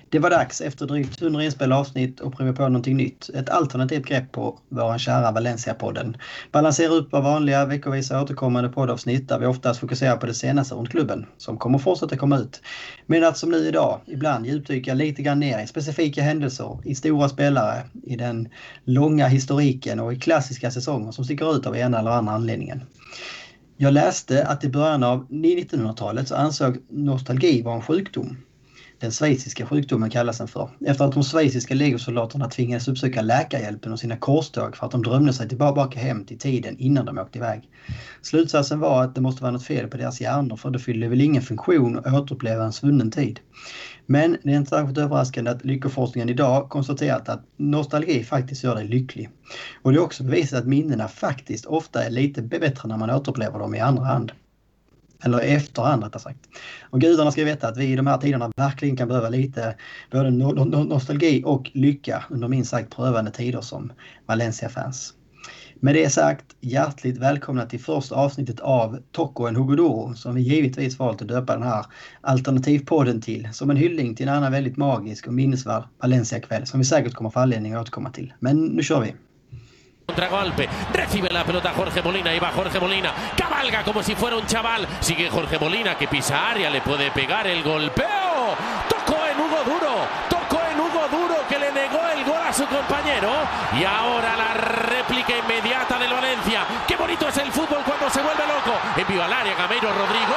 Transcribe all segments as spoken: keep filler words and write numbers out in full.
Det var dags efter drygt hundra inspelade avsnitt och pröva på någonting nytt. Ett alternativt grepp på vår kära Valencia-podden. Balansera upp av vanliga veckovisa återkommande poddavsnitt där vi oftast fokuserar på det senaste runt klubben som kommer fortsätta komma ut. Men att som nu idag ibland djupdyka lite grann ner i specifika händelser, i stora spelare, i den långa historiken och i klassiska säsonger som sticker ut av ena eller andra anledningen. Jag läste att i början av nittonhundratalet så ansåg nostalgi vara en sjukdom. Den schweiziska sjukdomen kallas den för. Efter att de schweiziska legosoldaterna tvingades uppsöka läkarhjälpen och sina korståg för att de drömde sig tillbaka hem till tiden innan de åkte iväg. Slutsatsen var att det måste vara något fel på deras hjärnor för det fyllde väl ingen funktion att återuppleva en svunnen tid. Men det är inte särskilt överraskande att lyckoforskningen idag konstaterat att nostalgi faktiskt gör dig lycklig. Och det är också bevisat att minnena faktiskt ofta är lite bättre när man återupplever dem i andra hand. Eller efterhand rättare sagt. Och gudarna ska veta att vi i de här tiderna verkligen kan behöva lite både no- no- nostalgi och lycka under minst sagt prövande tider som Valencia-fans. Med det sagt, hjärtligt välkomna till första avsnittet av Tocco en Hugodoro som vi givetvis valt att döpa den här alternativpodden till som en hyllning till en annan väldigt magisk och minnesvärd Valencia-kväll som vi säkert kommer få anledning att återkomma till. Men nu kör vi! Contragolpe, recibe la pelota Jorge Molina, y va Jorge Molina, cabalga como si fuera un chaval, sigue Jorge Molina que pisa área, le puede pegar el golpeo, tocó en Hugo Duro, tocó en Hugo Duro que le negó el gol a su compañero, y ahora la réplica inmediata del Valencia, qué bonito es el fútbol cuando se vuelve loco, envío al área Gameiro Rodrigo,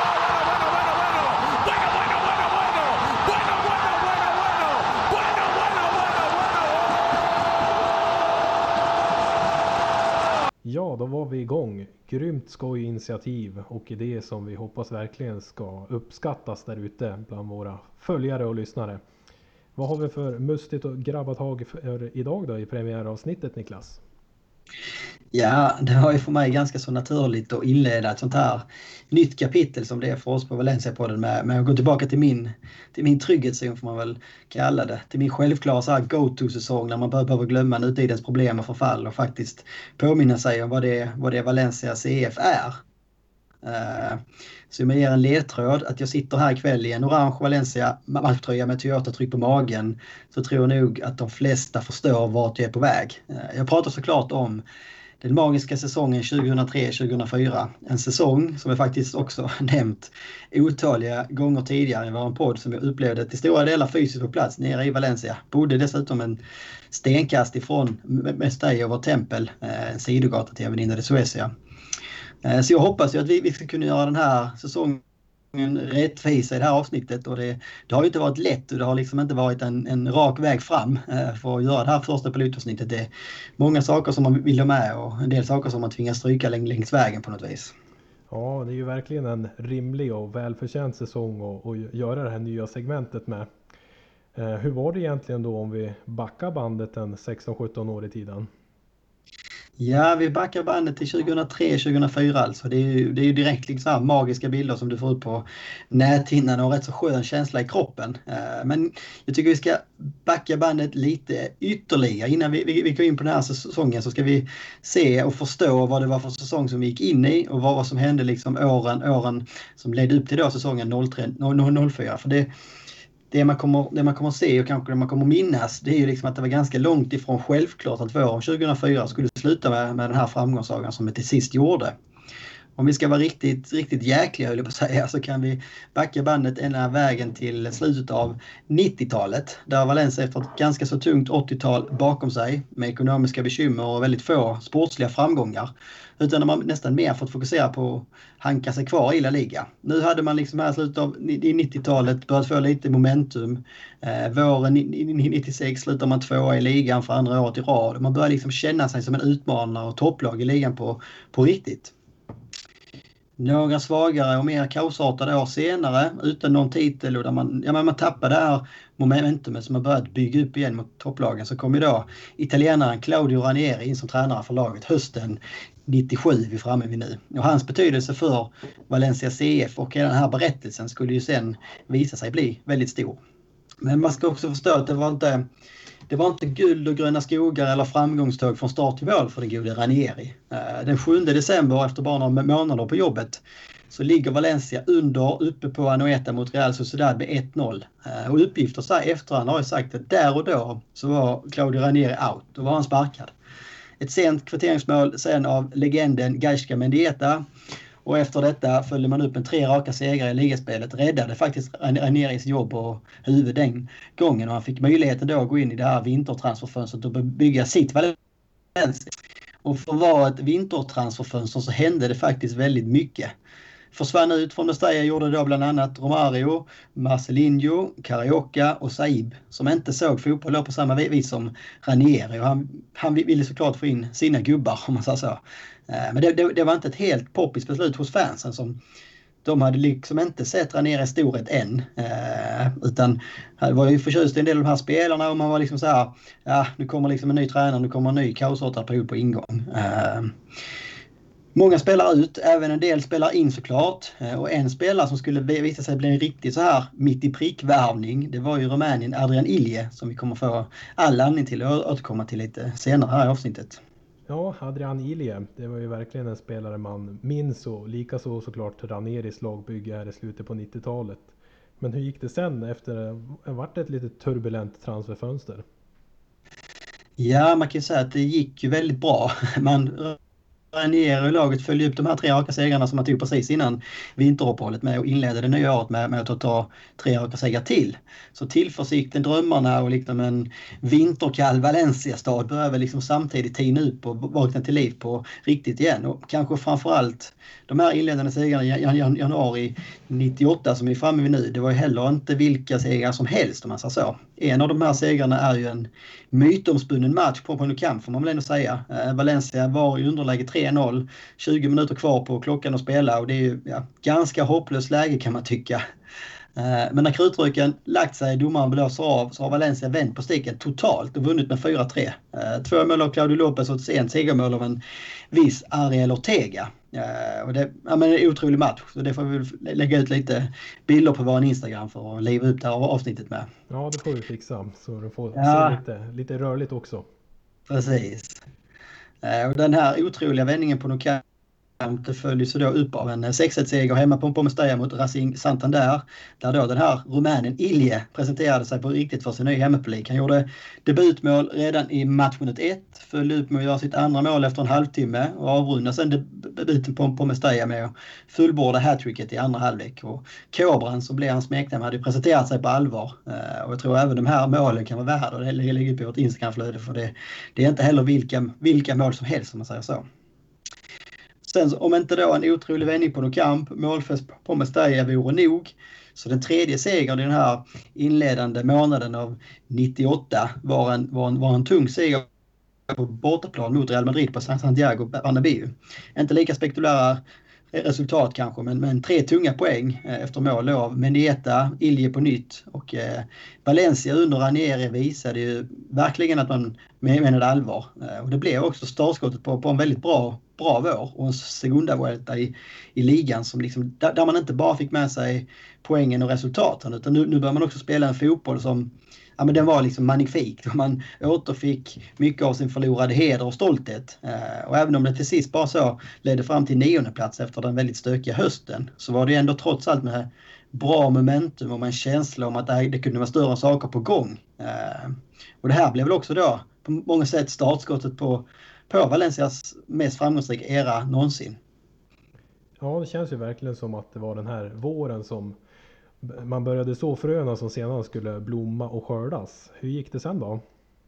Ja, då var vi igång. Grymt skoj initiativ och idé som vi hoppas verkligen ska uppskattas där ute bland våra följare och lyssnare. Vad har vi för mustigt och grabbatag för idag då i premiäravsnittet, Niklas? Ja, det var ju för mig ganska så naturligt att inleda ett sånt här nytt kapitel som det är för oss på Valencia-podden med, med att gå tillbaka till min, till min trygghetszon får man väl kalla det. Till min självklara så här go-to-säsong när man behöver glömma nutidens problem och förfall och faktiskt påminna sig om vad det, vad det Valencia C F är. Uh, så jag ger en ledtråd att jag sitter här ikväll i en orange Valencia matchtröja med Toyota-tryck på magen så tror jag nog att de flesta förstår vart jag är på väg. Uh, jag pratar såklart om den magiska säsongen tjugohundratre tjugohundrafyra. En säsong som jag faktiskt också nämnt otaliga gånger tidigare i vår podd som jag upplevde till stora delar fysiskt på plats nere i Valencia. Bodde dessutom en stenkast ifrån Mestalla och vår tempel, en sidogata till Avenida de Suecia. Så jag hoppas ju att vi, vi ska kunna göra den här säsongen rättvisa i det här avsnittet och det, det har ju inte varit lätt och det har liksom inte varit en, en rak väg fram för att göra det här första pilotavsnittet. Det är många saker som man vill ha med och en del saker som man tvingas stryka längs, längs vägen på något vis. Ja, det är ju verkligen en rimlig och välförtjänt säsong att, att göra det här nya segmentet med. Hur var det egentligen då om vi backar bandet en sexton sjutton år i tiden? Ja, vi backar bandet till tjugohundratre tjugohundrafyra alltså. Det är ju, det är ju direkt liksom här magiska bilder som du får ut på näthinnan och rätt så skön känsla i kroppen. Men jag tycker vi ska backa bandet lite ytterligare. Innan vi, vi, vi går in på den här säsongen så ska vi se och förstå vad det var för säsong som vi gick in i och vad, vad som hände liksom åren, åren som ledde upp till då säsongen noll tre noll fyra. För det Det man, kommer, det man kommer att se och kanske det man kommer att minnas det är ju liksom att det var ganska långt ifrån självklart att våren tjugohundrafyra skulle sluta med, med den här framgångssagan som vi till sist gjorde. Om vi ska vara riktigt, riktigt jäkliga höll jag på att säga så kan vi backa bandet ena vägen till slutet av nittiotalet där Valencia efter ett ganska så tungt åttiotal bakom sig med ekonomiska bekymmer och väldigt få sportsliga framgångar utan när man nästan mer fått fokusera på att hanka sig kvar i La Liga. Nu hade man liksom här i slutet av nittiotalet börjat få lite momentum. Eh, våren nittiosex slutar man tvåa i ligan för andra året i rad. Man börjar liksom känna sig som en utmanare och topplag i ligan på, på riktigt. Några svagare och mer kaosartade år senare utan någon titel och där man, ja, man tappade det här momentumet som man börjat bygga upp igen mot topplagen så kom ju då italienaren Claudio Ranieri in som tränare för laget hösten nittiosju vi framme vid nu. Och hans betydelse för Valencia C F och den här berättelsen skulle ju sen visa sig bli väldigt stor. Men man ska också förstå att det var inte Det var inte guld och gröna skogar eller framgångståg från start till mål för den gode Ranieri. Den sjunde december efter bara några månader på jobbet så ligger Valencia under uppe på Anoeta mot Real Sociedad med ett noll. Och uppgifter så här efterhand har jag sagt att där och då så var Claudio Ranieri out. Då var han sparkad. Ett sent kvitteringsmål sen av legenden Gaisca Mendieta. Och efter detta följde man upp med tre raka segrar i ligaspelet. Räddade faktiskt Ranieris jobb och huvud den gången. Och han fick möjligheten då att gå in i det här vintertransferfönstret och bygga sitt Valencia. Och för att vara ett vintertransferfönster så hände det faktiskt väldigt mycket. Försvann ut från Mestalla gjorde då bland annat Romario, Marcelinho, Carioca och Saib som inte såg fotboll på samma vis som Ranieri. Och han, han ville såklart få in sina gubbar om man säger så. Men det, det, det var inte ett helt poppis beslut hos fansen som de hade liksom inte sett Ranieri storhet än. Eh, utan det var ju förtjust i en del av de här spelarna och man var liksom så här, ja nu kommer liksom en ny tränare, nu kommer en ny kaosartad period på ingång. Eh, många spelar ut, även en del spelar in såklart. Eh, och en spelare som skulle visa sig bli en riktig så här mitt i prick-värvning, det var ju Rumänien Adrian Ilje som vi kommer få all anledning till att återkomma till lite senare här i avsnittet. Ja, Adrian Ilje, det var ju verkligen en spelare man minns och likaså såklart Ranieris lagbygge här i slutet på nittiotalet. Men hur gick det sen efter det varit ett lite turbulent transferfönster? Ja, man kan ju säga att det gick ju väldigt bra. Man Ranieri och laget följde upp de här tre raka segrarna som man tog precis innan vinteruppehållet med och inledde det nya året med, med att ta tre raka segrar till. Så tillförsikten, drömmarna och liksom en vinterkall Valencia-stad började liksom samtidigt tina upp och vakna till liv på riktigt igen. Och kanske framförallt de här inledande segrarna i jan- jan- januari nittioåtta som är framme vid nu, det var ju heller inte vilka segrar som helst om man säger så. En av de här segrarna är ju en mytomspunnen match på Nou Camp får man väl ändå säga. Eh, Valencia var i underläge tre noll, tjugo minuter kvar på klockan att spela och det är ju ja, ganska hopplöst läge kan man tycka. Eh, men när krutrycken lagt sig, domaren blåser av, så har Valencia vänt på sticken totalt och vunnit med fyra tre. Eh, två mål av Claudio Lopez och ett sent segermål av en viss Ariel Ortega. Uh, och det ja, men en otrolig match. Så det får vi lägga ut lite bilder på vår Instagram för att leva upp det här avsnittet med. Ja, det får vi fixa. Så du får ja. se lite, lite rörligt också. Precis. Uh, och den här otroliga vändningen på Nou Camp det följdes då upp av en sex ett-seger hemma på Mestalla mot Racing Santander. Där då den här rumänen Ilje presenterade sig på riktigt för sin nya hemmapublik. Han gjorde debutmål redan i matchminut ett. Följde upp med att göra sitt andra mål efter en halvtimme. Och avrundade sen debuten på, på Mestalla med att fullborda hattricket i andra halvlek. Och Kobran som blev hans smeknamn hade presenterat sig på allvar. Och jag tror även de här målen kan vara värda. Det ligger på vårt Instagramflöde för det, det är inte heller vilka, vilka mål som helst om man säger så. Sen om inte då en otrolig vändning på Nou Camp, målfest på Mestalla vore nog. Så den tredje segern i den här inledande månaden av nittioåtta var en, var en, var en tung seger på bortaplan mot Real Madrid på Santiago Bernabéu. Inte lika spektakulära resultat kanske, men, men tre tunga poäng efter mål av Mendieta, Ilje på nytt och eh, Valencia under Ranieri visade ju verkligen att man menade allvar. Eh, och det blev också startskottet på, på en väldigt bra, bra vår och en segunda vuelta i, i ligan som liksom, där, där man inte bara fick med sig poängen och resultaten utan nu, nu bör man också spela en fotboll som ja, men den var liksom magnifik. Man återfick mycket av sin förlorade heder och stolthet. Eh, och även om det till sist bara så ledde fram till nionde plats efter den väldigt stökiga hösten så var det ändå trots allt med bra momentum och en känsla om att det, det kunde vara större saker på gång. Eh, och det här blev väl också då på många sätt startskottet på, på Valencias mest framgångsrika era någonsin. Ja, det känns ju verkligen som att det var den här våren som man började så fröna som senare skulle blomma och skördas. Hur gick det sen då?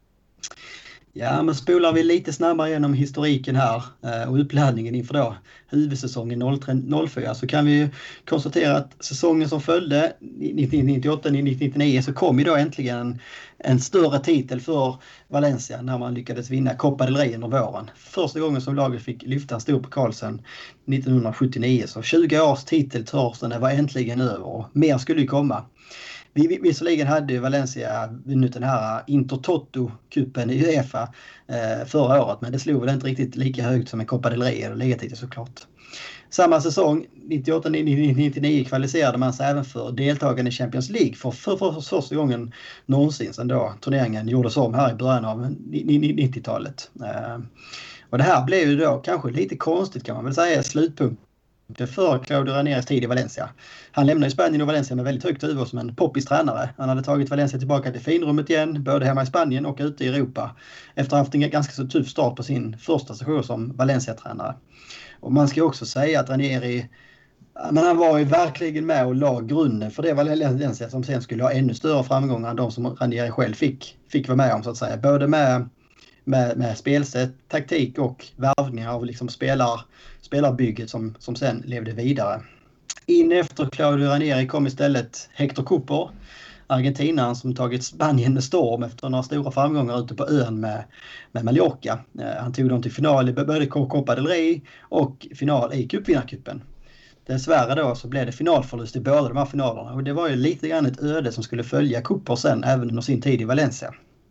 Ja, men spolar vi lite snabbare genom historiken här och uppladdningen inför då huvudsäsongen noll tre noll fyra så kan vi ju konstatera att säsongen som följde nittonhundranittioåtta nittonhundranittionio så kom ju då äntligen en, en större titel för Valencia när man lyckades vinna Copa del Rey under våren. Första gången som laget fick lyfta en stor pokal sedan nittonhundrasjuttionio så tjugo års titeltörsten var äntligen över och mer skulle ju komma. Vi, visserligen hade Valencia vunnit den här Intertoto-kuppen i UEFA eh, förra året men det slog väl inte riktigt lika högt som en Copa del Rey eller ligatitel såklart. Samma säsong nittioåtta nittionio kvalificerade man sig även för deltagande i Champions League för, för, för, för första gången någonsin sedan då turneringen gjordes om här i början av nittiotalet. Eh, och det här blev ju då kanske lite konstigt kan man väl säga slutpunkt för Claudio Ranieris tid i Valencia. Han lämnade Spanien och Valencia med väldigt högt huvud som en poppis tränare. Han hade tagit Valencia tillbaka till finrummet igen, både hemma i Spanien och ute i Europa. Efter att ha haft en ganska så tuff start på sin första session som Valencia-tränare. Och man ska också säga att Ranieri, men han var ju verkligen med och la grunden för det Valencia som sen skulle ha ännu större framgångar än de som Ranieri själv fick, fick vara med om så att säga. Både med, med, med spelsätt, taktik och värvningar av liksom spelar, spelarbygget som, som sen levde vidare. In efter Claudio Ranieri kom istället Hector Cúper, argentinaren som tagit Spanien med storm efter några stora framgångar ute på ön med, med Mallorca. Han tog dem till final i både Copa del Rey och final i cupvinnarcupen. Dessvärre då så blev det finalförlust i båda de här finalerna och det var ju lite grann ett öde som skulle följa Cúper sen även under sin tid i Valencia.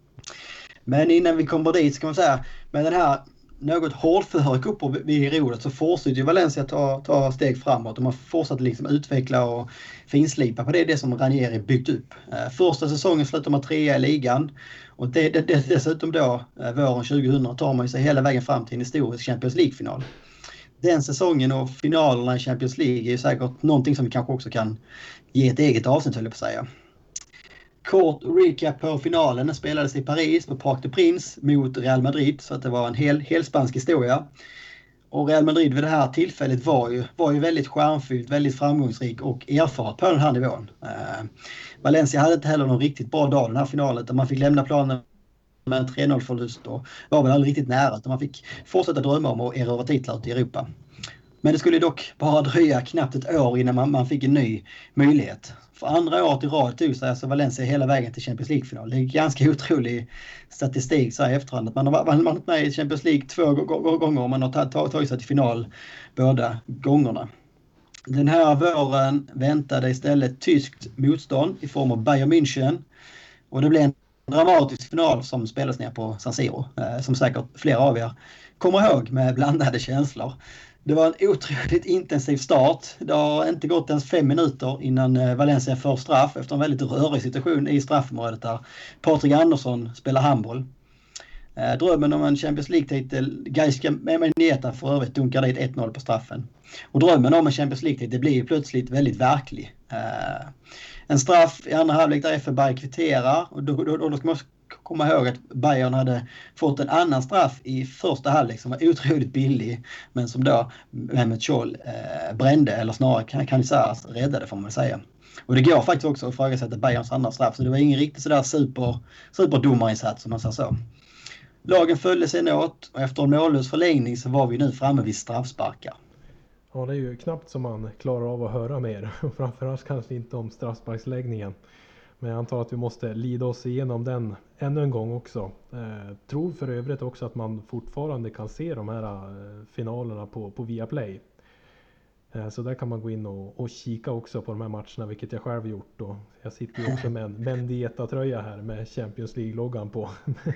Men innan vi kommer dit ska man säga, med den här något hårdföre Cúper vid rodet så fortsatte ju Valencia ta, ta steg framåt och man fortsatte liksom utveckla och finslipa på det, det som Ranieri byggt upp. Första säsongen slutade man trea i ligan och det, det, det, dessutom då våren tjugohundra tar man sig hela vägen fram till en historisk Champions League-final. Den säsongen och finalerna i Champions League är ju säkert någonting som vi kanske också kan ge ett eget avsnitt, höll jag på att säga. Kort recap på finalen. Den spelades i Paris på Parc des Princes mot Real Madrid, så att det var en hel, hel spansk historia. Och Real Madrid vid det här tillfället var ju, var ju väldigt skärmfyllt, väldigt framgångsrik och erfaret på den här nivån. Uh, Valencia hade inte heller någon riktigt bra dag den här finalen, där man fick lämna planen med en tre noll förlust och var väl aldrig riktigt nära, utan man fick fortsätta drömma om att erövra titlar ute i Europa. Men det skulle dock bara dröja knappt ett år innan man, man fick en ny möjlighet. För andra året i rad tog sig alltså Valencia hela vägen till Champions League-final. Det är ganska otrolig statistik så här i efterhand. Man har varit med i Champions League två gånger och man har tagit, tagit sig till final båda gångerna. Den här våren väntade istället tyskt motstånd i form av Bayern München. Och det blev en dramatisk final som spelades ner på San Siro. Som säkert flera av er kommer ihåg med blandade känslor. Det var en otroligt intensiv start. Det har inte gått ens fem minuter innan Valencia får straff efter en väldigt rörig situation i straffområdet där Patrik Andersson spelar handboll. Drömmen om en Champions League-titel, Gaisca Menieta för övrigt dunkar dit ett noll på straffen. Och drömmen om en Champions League-titel blir plötsligt väldigt verklig. En straff i andra halvlek där F N B kvitterar och då, då, då ska man komma ihåg att Bayern hade fått en annan straff i första halvlek som var otroligt billig, men som då Mehmet Scholl eh, brände, eller snarare Canizares räddade får man säga. Och det går faktiskt också att ifrågasätta Bayerns andra straff, så det var ingen riktigt sådär super, superdomarinsats som man säger så. Lagen följde sig åt och efter en mållös förlängning så var vi nu framme vid straffsparkar. Ja, det är ju knappt som man klarar av att höra mer, och framförallt kanske inte om straffsparksläggningen. Men jag antar att vi måste lida oss igenom den ännu en gång också. Eh, tror för övrigt också att man fortfarande kan se de här eh, finalerna på, på Viaplay. Eh, så där kan man gå in och, och kika också på de här matcherna, vilket jag själv gjort. Och jag sitter ju också med en Mendieta-tröja här med Champions League-loggan på.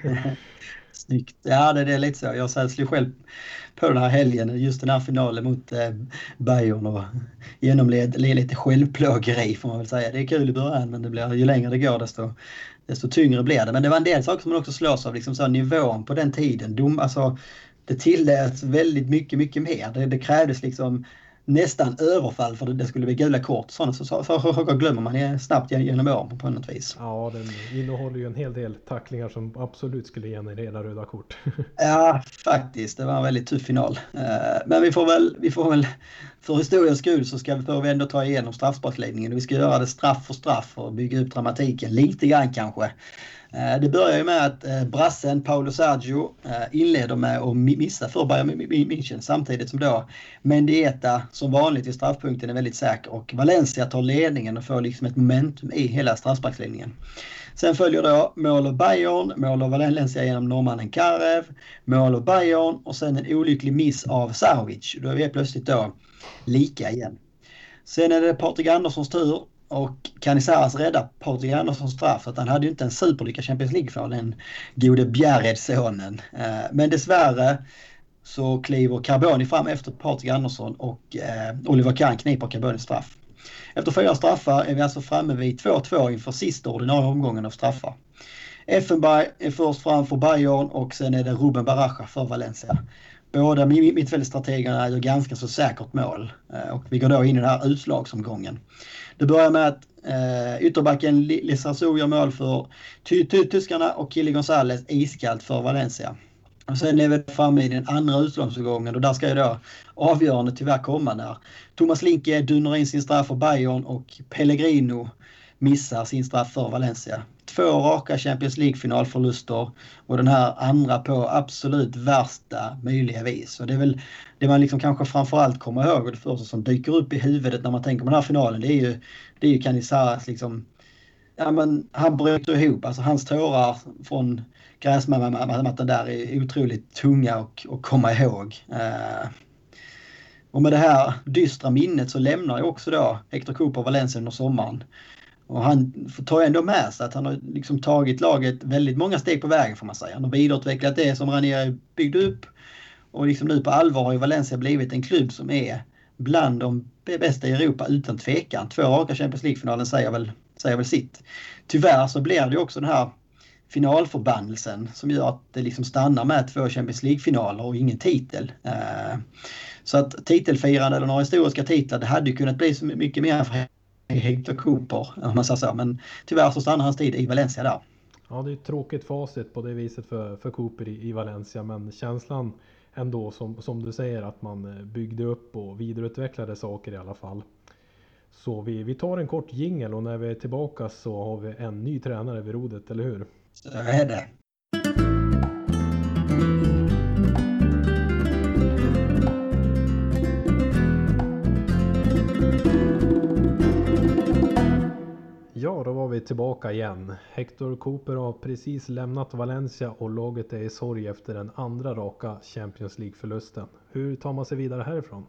Snyggt. Ja, det, det är lite så. Jag säljs ju själv på den här helgen, just den här finalen mot eh, Bayern, och genomled lite självplågeri får man väl säga. Det är kul i början, men det blir, ju längre det går desto, desto tyngre blir det. Men det var en del saker som man också slås av, liksom så nivån på den tiden. Dom, alltså, det tilläts väldigt mycket, mycket mer. Det, det krävdes liksom nästan överfall för det skulle bli gula kort. Sådana så, så, så, så glömmer man snabbt genom åren på något vis. Ja, den innehåller ju en hel del tacklingar som absolut skulle generera röda kort. Ja, faktiskt. Det var en väldigt tuff final. Men vi får väl, vi får väl för historiens skull så ska vi, får vi ändå ta igenom straffsparksläggningen. Vi ska göra det straff för straff och bygga upp dramatiken lite grann kanske. Det börjar ju med att brassen Paulo Sergio inleder med att missa för Bayern München, samtidigt som då Mendieta som vanligt i straffpunkten är väldigt säker och Valencia tar ledningen och får liksom ett momentum i hela straffsparksläggningen. Sen följer då mål av Bayern, mål av Valencia genom norrmannen Karev, mål av Bayern och sen en olycklig miss av Sahovic. Då är vi plötsligt då lika igen. Sen är det Patrik Anderssons tur. Och Canizares räddar Patrik Anderssons straff, så att han hade ju inte en superlyckad Champions League-final, den gode Bjärred-sonen. Men dessvärre så kliver Carboni fram efter Patrik Andersson och Oliver Kahn kniper Carbonis straff. Efter fyra straffar är vi alltså framme vid två två inför sista ordinarie omgången av straffar. Effenberg är först fram för Bayern och sen är det Ruben Baraja för Valencia. båda mittfältstrategerna gör ganska så säkert mål. Och vi går då in i den här utslagsomgången. Det börjar med att eh, ytterbacken Lizarazu gör mål för ty- ty- tyskarna och Kili González iskallt för Valencia. Och sen är vi framme i den andra utslagsomgången och där ska ju då avgörande tyvärr komma när Thomas Linke dundrar in sin straff för Bayern och Pellegrino missar sin straff för Valencia. Två raka Champions League-finalförluster och den här andra på absolut värsta möjliga vis. Och det är väl det man liksom kanske framförallt kommer ihåg och det första som dyker upp i huvudet när man tänker på den här finalen. Det är ju, det är ju Canizares liksom, ja men han bryter ihop. Alltså hans tårar från gräsmattan där är otroligt tunga och, och komma ihåg. Eh, och med det här dystra minnet så lämnar ju också då Hector Cooper Valencia under sommaren. Och han tar ändå med sig att han har liksom tagit laget väldigt många steg på vägen får man säga. Han har vidareutvecklat det som Ranieri byggde upp. Och liksom nu på allvar har ju Valencia blivit en klubb som är bland de bästa i Europa utan tvekan. Två raka Champions League-finalen säger väl, säger väl sitt. Tyvärr så blir det också den här finalförbannelsen som gör att det liksom stannar med två Champions League-finaler och ingen titel. Så att titelfirande eller några historiska titlar, det hade ju kunnat bli så mycket mer för Hector Cooper, om man säger så. Men tyvärr så stannar hans tid i Valencia där. Ja, det är ett tråkigt facit på det viset för, för Cooper i, i Valencia. Men känslan ändå, som, som du säger, att man byggde upp och vidareutvecklade saker i alla fall. Så vi, vi tar en kort jingle och när vi är tillbaka så har vi en ny tränare vid rodet, eller hur? Så är det. Ja, då var vi tillbaka igen. Hector Cooper har precis lämnat Valencia och laget är i sorg efter den andra raka Champions League-förlusten. Hur tar man sig vidare härifrån?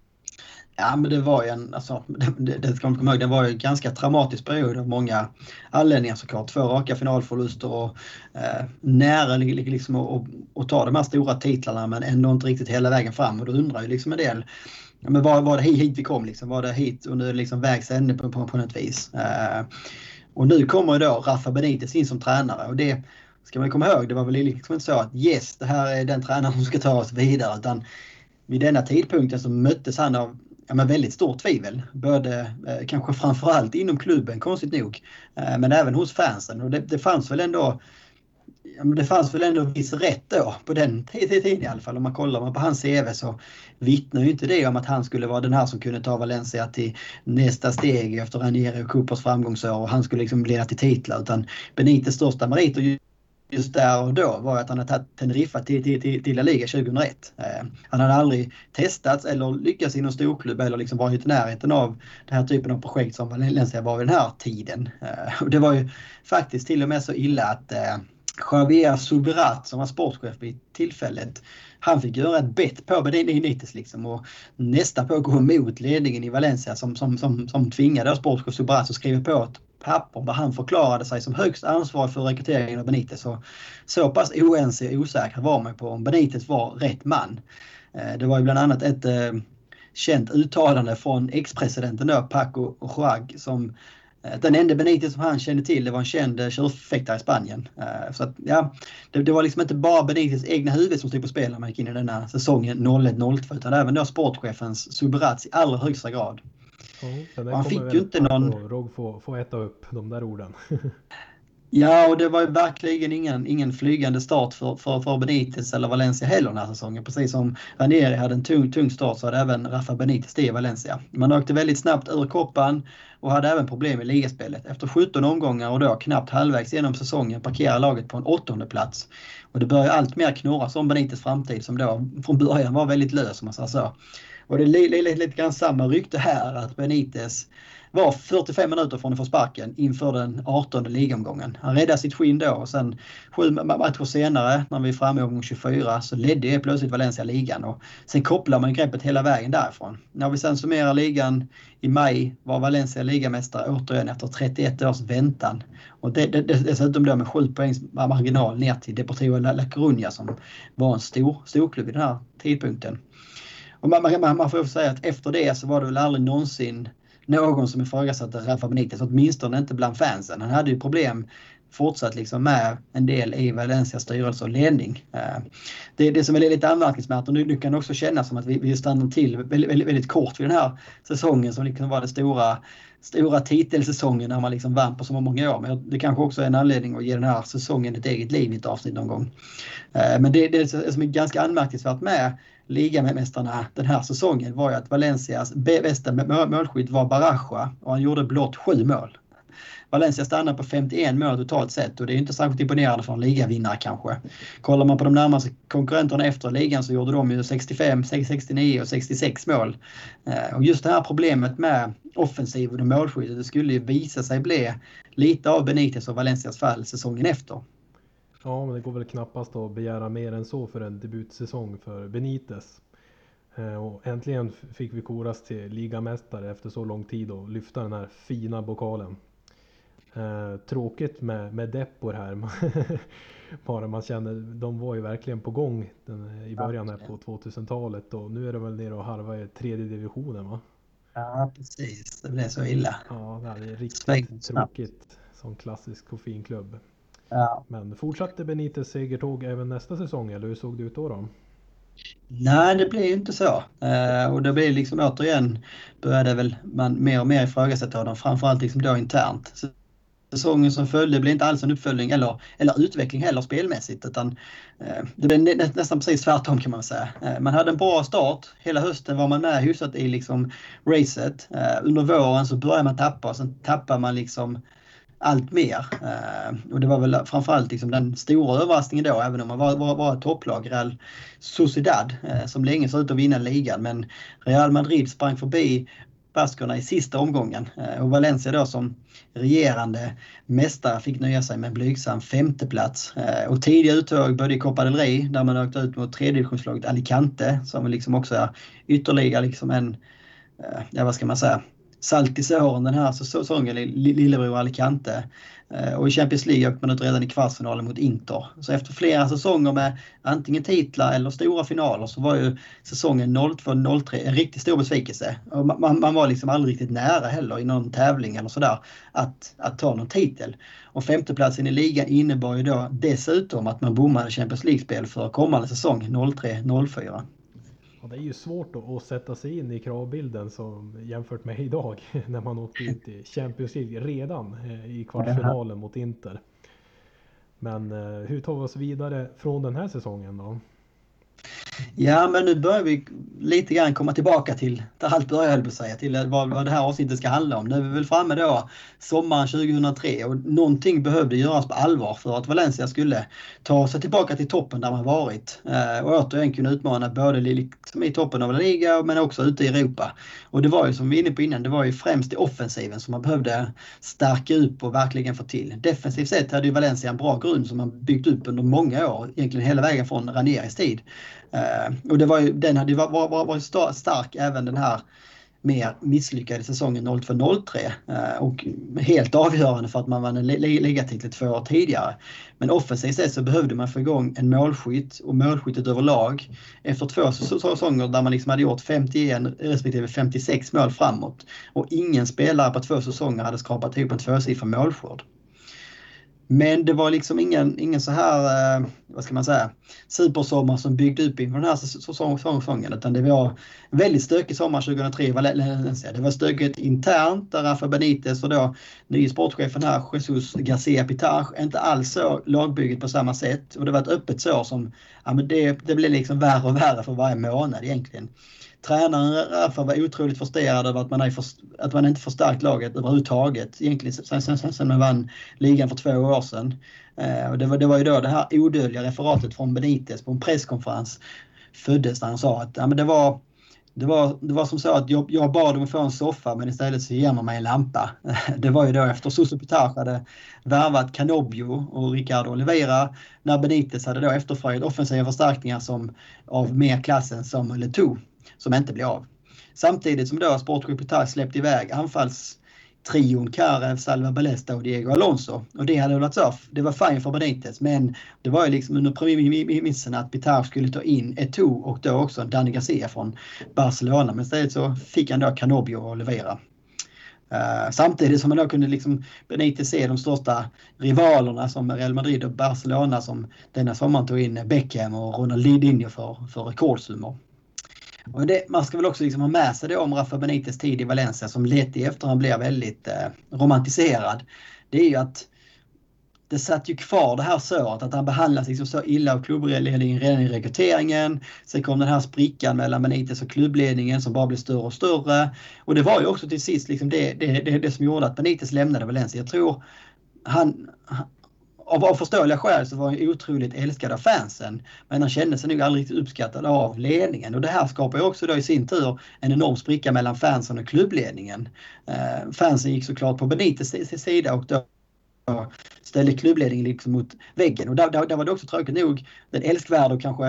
Ja, men det var ju en, alltså, det, det ska man komma ihåg, det var ju en ganska traumatisk period av många anledningar såklart. Två raka finalförluster och eh, nära liksom att, att ta de här stora titlarna men ändå inte riktigt hela vägen fram. Och då undrar ju liksom en del, ja, men var, var det hit vi kom liksom? Var det hit under liksom vägs ände på, på, på något vis? Eh, och nu kommer ju då Rafa Benitez in som tränare och det ska man komma ihåg, det var väl liksom inte så att yes, det här är den tränaren som ska ta oss vidare, utan vid denna tidpunkten så möttes han av ja, men väldigt stort tvivel. Både eh, kanske framförallt inom klubben, konstigt nog. Eh, men även hos fansen. Och det, det fanns väl ändå ja, men det fanns väl ändå viss rätt då på den tiden i alla fall. Om man kollar på hans C V så vittnar ju inte det om att han skulle vara den här som kunde ta Valencia till nästa steg efter Ranieri och Coopers framgångsår. Och han skulle liksom leda till titlar. Utan Benitez största merit och just där och då var att han hade tagit Tenerife till, till, till, till La Liga tjugohundraett. Eh, han hade aldrig testats eller lyckats i någon storklubb eller liksom varit i närheten av den här typen av projekt som Valencia var vid den här tiden. Eh, och det var ju faktiskt till och med så illa att eh, Javier Subirat som var sportchef vid tillfället, han fick göra ett bett på Benitez liksom och nästa på att gå emot ledningen i Valencia som, som, som, som tvingade sportchef Subirat att skriva på ett papper där han förklarade sig som högst ansvarig för rekryteringen av Benitez. Så, så pass oense och osäker var man på om Benitez var rätt man. Eh, det var ju bland annat ett eh, känt uttalande från ex-presidenten då, Paco Ojag, som eh, den enda Benitez som han kände till, det var en känd tjurfäktare i Spanien. Eh, så att, ja, det, det var liksom inte bara Benitez egna huvud som stod på spel när man gick in i denna säsongen noll ett noll två, utan även då sportchefens Suberats i allra högsta grad. Ja, han fick ju inte någon... Rog få, få äta upp de där orden. Ja, och det var ju verkligen ingen, ingen flygande start för, för, för Benitez eller Valencia heller den här säsongen. Precis som Ranieri hade en tung, tung start så hade även Rafa Benitez det i Valencia. Man åkte väldigt snabbt ur koppan och hade även problem i ligaspelet. Efter sjutton omgångar och då knappt halvvägs genom säsongen parkerar laget på en åttonde plats. Och det börjar allt mer knorras om Benitez framtid som då från början var väldigt lös om man säger så. Och det är lite, lite, lite grann samma rykte här att Benitez var fyrtiofem minuter från att få sparken inför den artonde ligomgången. Han räddade sitt skinn då och sen sju matcher senare när vi är framme i omgång tjugofyra så ledde ju plötsligt Valencia ligan och sen kopplar man greppet hela vägen därifrån. När vi sen summerar ligan i maj var Valencia ligamästare återigen efter trettioett års väntan. Och det, det, dessutom då med sju poängs marginal ner till Deportivo La Coruña som var en stor, stor klubb i den här tidpunkten. Och man, man, man får säga att efter det så var det väl aldrig någonsin någon som ifrågasatte Rafa Benitez, åtminstone inte bland fansen. Han hade ju problem fortsatt liksom med en del i Valencias styrelse och ledning. Det är det som är lite anmärkningsvärt, och nu, nu kan det också kännas som att vi, vi stannar till väldigt, väldigt, väldigt kort vid den här säsongen som liksom var det stora, stora titelsäsongen när man liksom vann på så många år. Men det kanske också är en anledning att ge den här säsongen ett eget liv i ett avsnitt någon gång. Men det, det som är ganska anmärkningsvärt med ligamästarna den här säsongen var ju att Valencias bästa målskytt var Baraja, och han gjorde blott sju mål. Valencia stannar på femtioen mål totalt sett, och det är inte särskilt imponerande för en ligavinnare kanske. Kollar man på de närmaste konkurrenterna efter ligan så gjorde de ju sextiofem, sextionio och sextiosex mål. Och just det här problemet med offensiven och målskyttet, det skulle ju visa sig bli lite av Benitez och Valencias fall säsongen efter. Ja, men det går väl knappast att begära mer än så för en debutsäsong för Benitez. Och äntligen fick vi koras till ligamästare efter så lång tid och lyfta den här fina pokalen. Eh, tråkigt med, med Depor här. Bara man känner, de var ju verkligen på gång den, i början här på tvåtusentalet, och nu är det väl nere och harva i tredje divisionen, va? Ja, precis. Det blev så illa. Ja, det är riktigt Sväng, tråkigt som klassisk koffinklubb. Ja. Men fortsatte Benitez segertåg även nästa säsong, eller hur såg det ut då då? Nej, det blir ju inte så. Eh, och det blir liksom återigen, började väl man mer och mer ifrågasätta dem, framförallt liksom då internt. Så säsongen som följde blev inte alls en uppföljning eller, eller utveckling heller spelmässigt, utan eh, det blev nä, nästan precis tvärtom kan man säga. Eh, man hade en bra start, hela hösten var man med hyfsat i liksom racet. Eh, under våren så började man tappa, och sen tappar man liksom allt mer. Eh, och det var väl framförallt liksom den stora överraskningen då, även om man var, var, var ett topplag, Real Sociedad, eh, som länge såg ut att vinna ligan, men Real Madrid sprang förbi baskerna i sista omgången, eh, och Valencia då som regerande mästare fick nöja sig med en blygsam femteplats. Eh, och tidiga uttåg både i Copa del Rey, där man åkte ut mot tredje divisionslaget Alicante, som liksom också är ytterligare liksom en, eh, ja vad ska man säga, salt i såren den här säsongen, lillebror Alicante. Och i Champions League åkte man ut redan i kvartsfinalen mot Inter. Så efter flera säsonger med antingen titlar eller stora finaler så var ju säsongen noll två noll tre en riktigt stor besvikelse. Och man, man var liksom aldrig riktigt nära heller i någon tävling eller sådär att, att ta någon titel. Och femteplatsen i ligan innebar ju då dessutom att man bommade Champions League-spel för kommande säsong noll tre noll fyra. Ja, det är ju svårt att, att sätta sig in i kravbilden som jämfört med idag när man åkte ut i Champions League redan i kvartsfinalen mot Inter. Men hur tar vi oss vidare från den här säsongen då? Ja, men nu börjar vi lite grann komma tillbaka till där allt börjar, höll på att säga, till vad, vad det här avsnittet ska handla om. Nu är vi väl framme då sommaren tjugohundratre, och någonting behövde göras på allvar för att Valencia skulle ta sig tillbaka till toppen där man varit, och återigen kunna utmana både liksom i toppen av liga men också ute i Europa. Och det var ju som vi var inne på innan, det var ju främst i offensiven som man behövde stärka upp och verkligen få till. Defensivt sett hade ju Valencia en bra grund som man byggt upp under många år, egentligen hela vägen från Ranieris tid. Uh, och det var ju, den hade varit var, var, var stark även den här mer misslyckade säsongen noll två noll tre, uh, och helt avgörande för att man vann en ligatitel två år tidigare. Men offensivt sett så behövde man få igång en målskytt och målskyttet överlag efter två säsonger där man liksom hade gjort femtioen respektive femtiosex mål framåt, och ingen spelare på två säsonger hade skapat ihop en tvåsiffrig målskörd. Men det var liksom ingen, ingen så här, eh, vad ska man säga, supersommar som byggde upp inför den här säsongen, utan det var en väldigt stökig sommar tjugohundratre i Valencia. Det var stökigt internt där Rafa Benitez och då nye sportchefen här, Jesus Garcia Pitar, inte alls så lagbygget på samma sätt, och det var ett öppet sår som, ja men det, det blev liksom värre och värre för varje månad egentligen. Tränaren Rafa var otroligt frustrerad över att man, för, att man inte förstärkt laget överhuvudtaget. Egentligen sen, sen, sen, sen man vann ligan för två år sedan. Eh, och det, var, det var ju då det här odödliga referatet från Benitez på en presskonferens föddes där han sa att ja, men det, var, det, var, det var som så att jag, jag bad om att få en soffa, men istället så ger man mig en lampa. Det var ju då efter Suso Pitar hade värvat Canobio och Ricardo Oliveira, när Benitez hade då efterfrågat offensiva förstärkningar som, av mer klassen som Letou, som inte blev av. Samtidigt som då sportchef Pitar släppte iväg anfallstrion Karev, Salva Ballesta och Diego Alonso. Och det hade hållits av. Det var fine för Benitez, men det var ju liksom under premissen att Pitar skulle ta in Eto'o och då också Dani Garcia från Barcelona. Men istället så fick han då Canobio och Oliveira. Uh, samtidigt som man då kunde liksom Benitez se de största rivalerna som Real Madrid och Barcelona som denna sommaren tog in Beckham och Ronaldinho för, för rekordsummor. Och det, man ska väl också liksom ha med sig det om Rafa Benitez tid i Valencia som lite i efterhand blev väldigt eh, romantiserad. Det är ju att det satt ju kvar det här såret att han behandlas liksom så illa av klubbledningen redan i rekryteringen. Sen kom den här sprickan mellan Benitez och klubbledningen som bara blev större och större. Och det var ju också till sist liksom det, det, det, det som gjorde att Benitez lämnade Valencia. Jag tror han... Av, av förståeliga skäl så var han otroligt älskad av fansen. Men han kände sig nog aldrig riktigt uppskattad av ledningen. Och det här skapar ju också då i sin tur en enorm spricka mellan fansen och klubbledningen. Eh, fansen gick såklart på Benitez sida och då ställde klubbledningen liksom mot väggen. Och där, där, där var det också tråkigt nog den älskvärda och kanske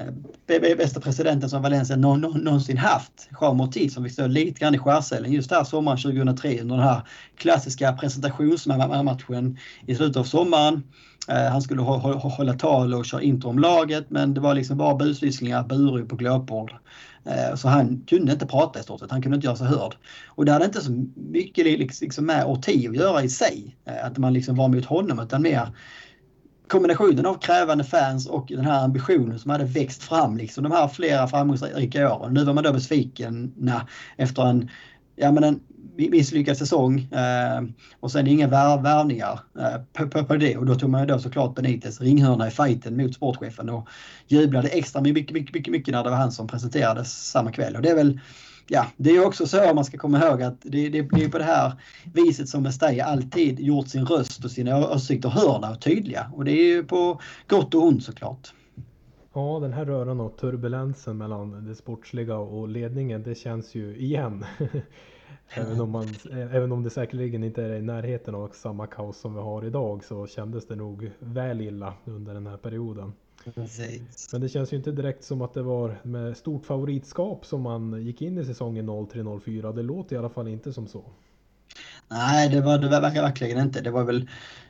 eh, bästa presidenten som Valencia nå, nå, någonsin haft, Jaume Ortiz, som vi stod lite grann i skärselden just där sommaren tjugohundratre under den här klassiska presentationsmatchen i slutet av sommaren. Eh, han skulle hå, hå, hålla tal och köra intro om laget, men det var liksom bara buslyssningar, buror på glåpord. Så han kunde inte prata i stort sett, han kunde inte göra sig hörd. Och det hade inte så mycket liksom med Ortiz att göra i sig, att man liksom var mot honom, utan mer kombinationen av krävande fans och den här ambitionen som hade växt fram liksom de här flera framgångsrika åren. Nu var man då besviken efter en, ja, men en misslyckad säsong eh, och sen inga värv, värvningar eh, på, på, på det. Och då tog man ju då såklart Benitez ringhörna i fighten mot sportchefen och jublade extra mycket, mycket, mycket, mycket när det var han som presenterades samma kväll. Och det är väl, ja, det är också så man ska komma ihåg att det, det, det är på det här viset som Mestalla alltid gjort sin röst och sina åsikter hörda och tydliga. Och det är ju på gott och ont såklart. Ja, den här röran och turbulensen mellan det sportsliga och ledningen, det känns ju igen. Även om, man, även om det säkerligen inte är i närheten av samma kaos som vi har idag, så kändes det nog väl illa under den här perioden. Precis. Men det känns ju inte direkt som att det var med stort favoritskap som man gick in i säsongen noll tre noll fyra. Det låter i alla fall inte som så. Nej, det var det var verkligen inte. Det var väl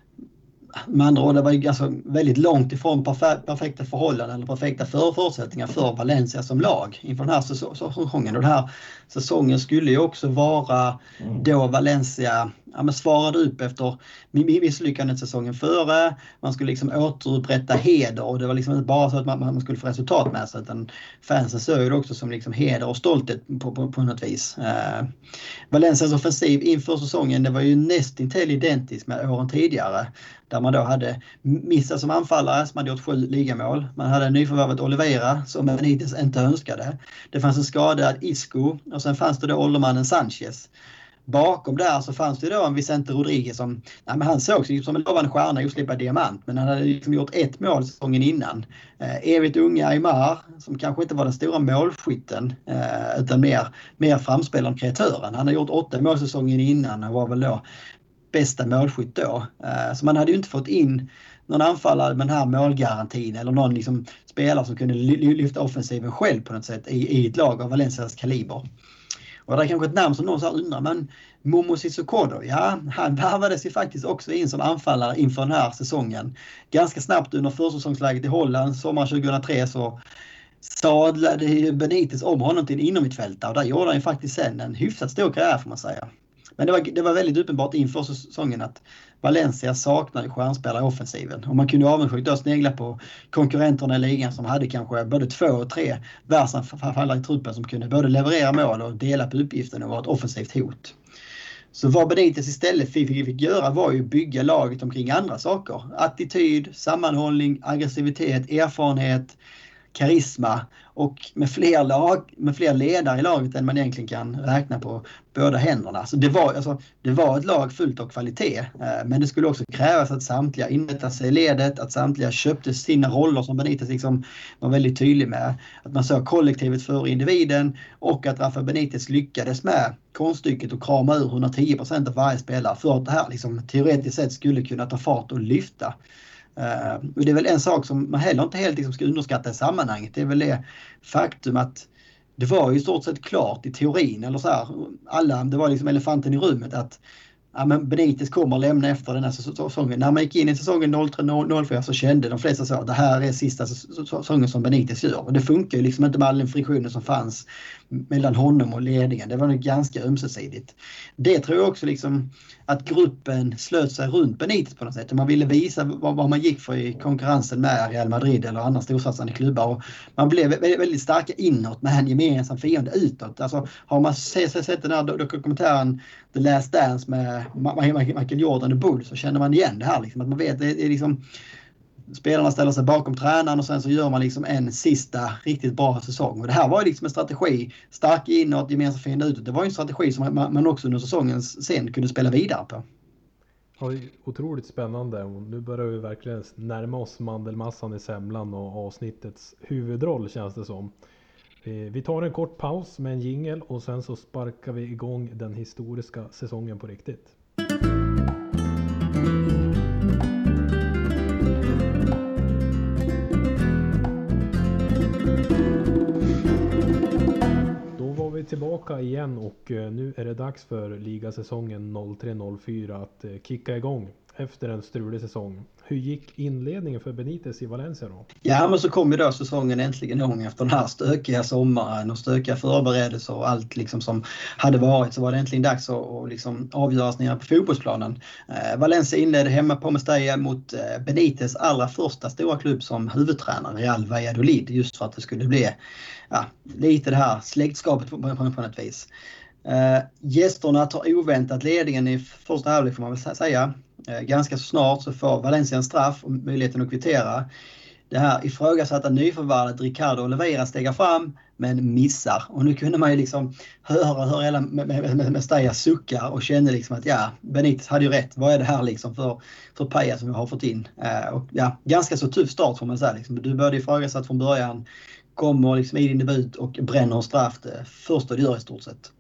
med andra ord, det var ju alltså väldigt långt ifrån perfekta förhållanden eller perfekta förutsättningar för Valencia som lag inför den här säsongen. Och den här säsongen skulle ju också vara då Valencia ja, men svarade upp efter misslyckandet säsongen före. Man skulle liksom återupprätta heder och det var liksom inte bara så att man, man skulle få resultat med sig, utan fansen såg det också som liksom heder och stolthet på, på, på något vis. Eh, Valencias offensiv inför säsongen, det var ju nästintill identiskt med åren tidigare. Där man då hade missat som anfallare, som hade gjort sju ligamål. Man hade nyförvärvat Oliveira som Benitez inte önskade. Det fanns en skadad Isco och sen fanns det då åldermannen Sanchez. Bakom där så fanns det då en Vicente Rodriguez som, nej, men han såg sig som en lovande stjärna i oslipad diamant, men han hade liksom gjort ett mål säsongen innan. Eh, evigt unga Aymar som kanske inte var den stora målskytten eh, utan mer, mer framspelaren kreatören. Han har gjort åtta mål säsongen innan och var väl då bästa målskytt då. Eh, så man hade ju inte fått in någon anfallare med den här målgarantin eller någon liksom spelare som kunde lyfta offensiven själv på något sätt i, i ett lag av Valencias kaliber. Och det är kanske ett namn som någon så här undrar, men Momo Sissoko, ja, han värvades ju faktiskt också in som anfallare inför den här säsongen. Ganska snabbt under försäsongsläget i Holland, sommar tjugohundratre, så sadlade ju Benitez om honom till en inomhittfältare och där gjorde han ju faktiskt sen en hyfsat stor karriär får man säga. Men det var, det var väldigt uppenbart inför säsongen att Valencia saknade stjärnspelare i offensiven. Och man kunde avundsjukt då snegla på konkurrenterna i ligan som hade kanske både två och tre världsanfallare i truppen som kunde både leverera mål och dela på uppgiften och vara ett offensivt hot. Så vad Benitez istället fick, fick göra var ju bygga laget omkring andra saker. Attityd, sammanhållning, aggressivitet, erfarenhet, karisma och med fler, lag, med fler ledare i laget än man egentligen kan räkna på båda händerna. Så det var, alltså, det var ett lag fullt av kvalitet, eh, men det skulle också krävas att samtliga inrättade sig i ledet, att samtliga köpte sina roller som Benitez liksom var väldigt tydlig med. Att man såg kollektivet för individen och att Rafa Benitez lyckades med konststycket och krama ur hundratio procent av varje spelare för att det här liksom, teoretiskt sett skulle kunna ta fart och lyfta. Uh, och det är väl en sak som man heller inte helt liksom ska underskatta i sammanhanget. Det är väl det faktum att det var ju i stort sett klart i teorin eller så här, alla, det var liksom elefanten i rummet att ja, men Benitez kommer att lämna efter den här säsongen. När man gick in i säsongen noll tre noll fyra så kände de flesta så att det här är sista säsongen som Benitez gör. Och det funkar ju liksom inte med all den friktionen som fanns mellan honom och ledningen. Det var nog ganska ömsesidigt. Det tror jag också liksom att gruppen slöt sig runt Benitez på något sätt. Man ville visa vad, vad man gick för i konkurrensen med Real Madrid eller andra storsatsande klubbar. Och man blev väldigt starka inåt med en gemensam fiende utåt. Alltså har man sett, sett den här dokumentären The Last Dance med Michael Jordan och Bulls så känner man igen det här. Liksom, att man vet det är liksom spelarna ställer sig bakom tränaren och sen så gör man liksom en sista riktigt bra säsong. Och det här var liksom en strategi, stark inåt, gemensam fiende utåt. Det var ju en strategi som man också under säsongen sen kunde spela vidare på. Ja, det är otroligt spännande och nu börjar vi verkligen närma oss mandelmassan i semlan och avsnittets huvudroll känns det som. Vi tar en kort paus med en jingle och sen så sparkar vi igång den historiska säsongen på riktigt. Då var vi tillbaka igen och nu är det dags för ligasäsongen noll tre noll fyra att kicka igång efter en strulig säsong. Hur gick inledningen för Benitez i Valencia då? Ja, men så kom ju då säsongen äntligen igång efter den här stökiga sommaren och stökiga förberedelser och allt liksom som hade varit, så var det äntligen dags att och liksom avgöras nere på fotbollsplanen. Eh, Valencia inledde hemma på Mestalla mot eh, Benitez allra första stora klubb som huvudtränare, Real Valladolid, just för att det skulle bli ja, lite det här släktskapet på, på, på något vis. Uh, gästerna tar oväntat ledningen i första halvlek får man väl säga. Uh, ganska så snart så får Valencia en straff och möjligheten att kvittera. Det här ifrågasatta nyförvärvet Ricardo Oliveira stegar fram men missar. Och nu kunde man ju liksom höra hur hela Mestalla suckar och kände liksom att ja, Benitez hade ju rätt. Vad är det här liksom för, för paja som vi har fått in? Uh, och ja, ganska så tuff start får man säga. Liksom. Du började ifrågasatt från början, kommer liksom i din debut och bränner en straff det första du gör i stort sett.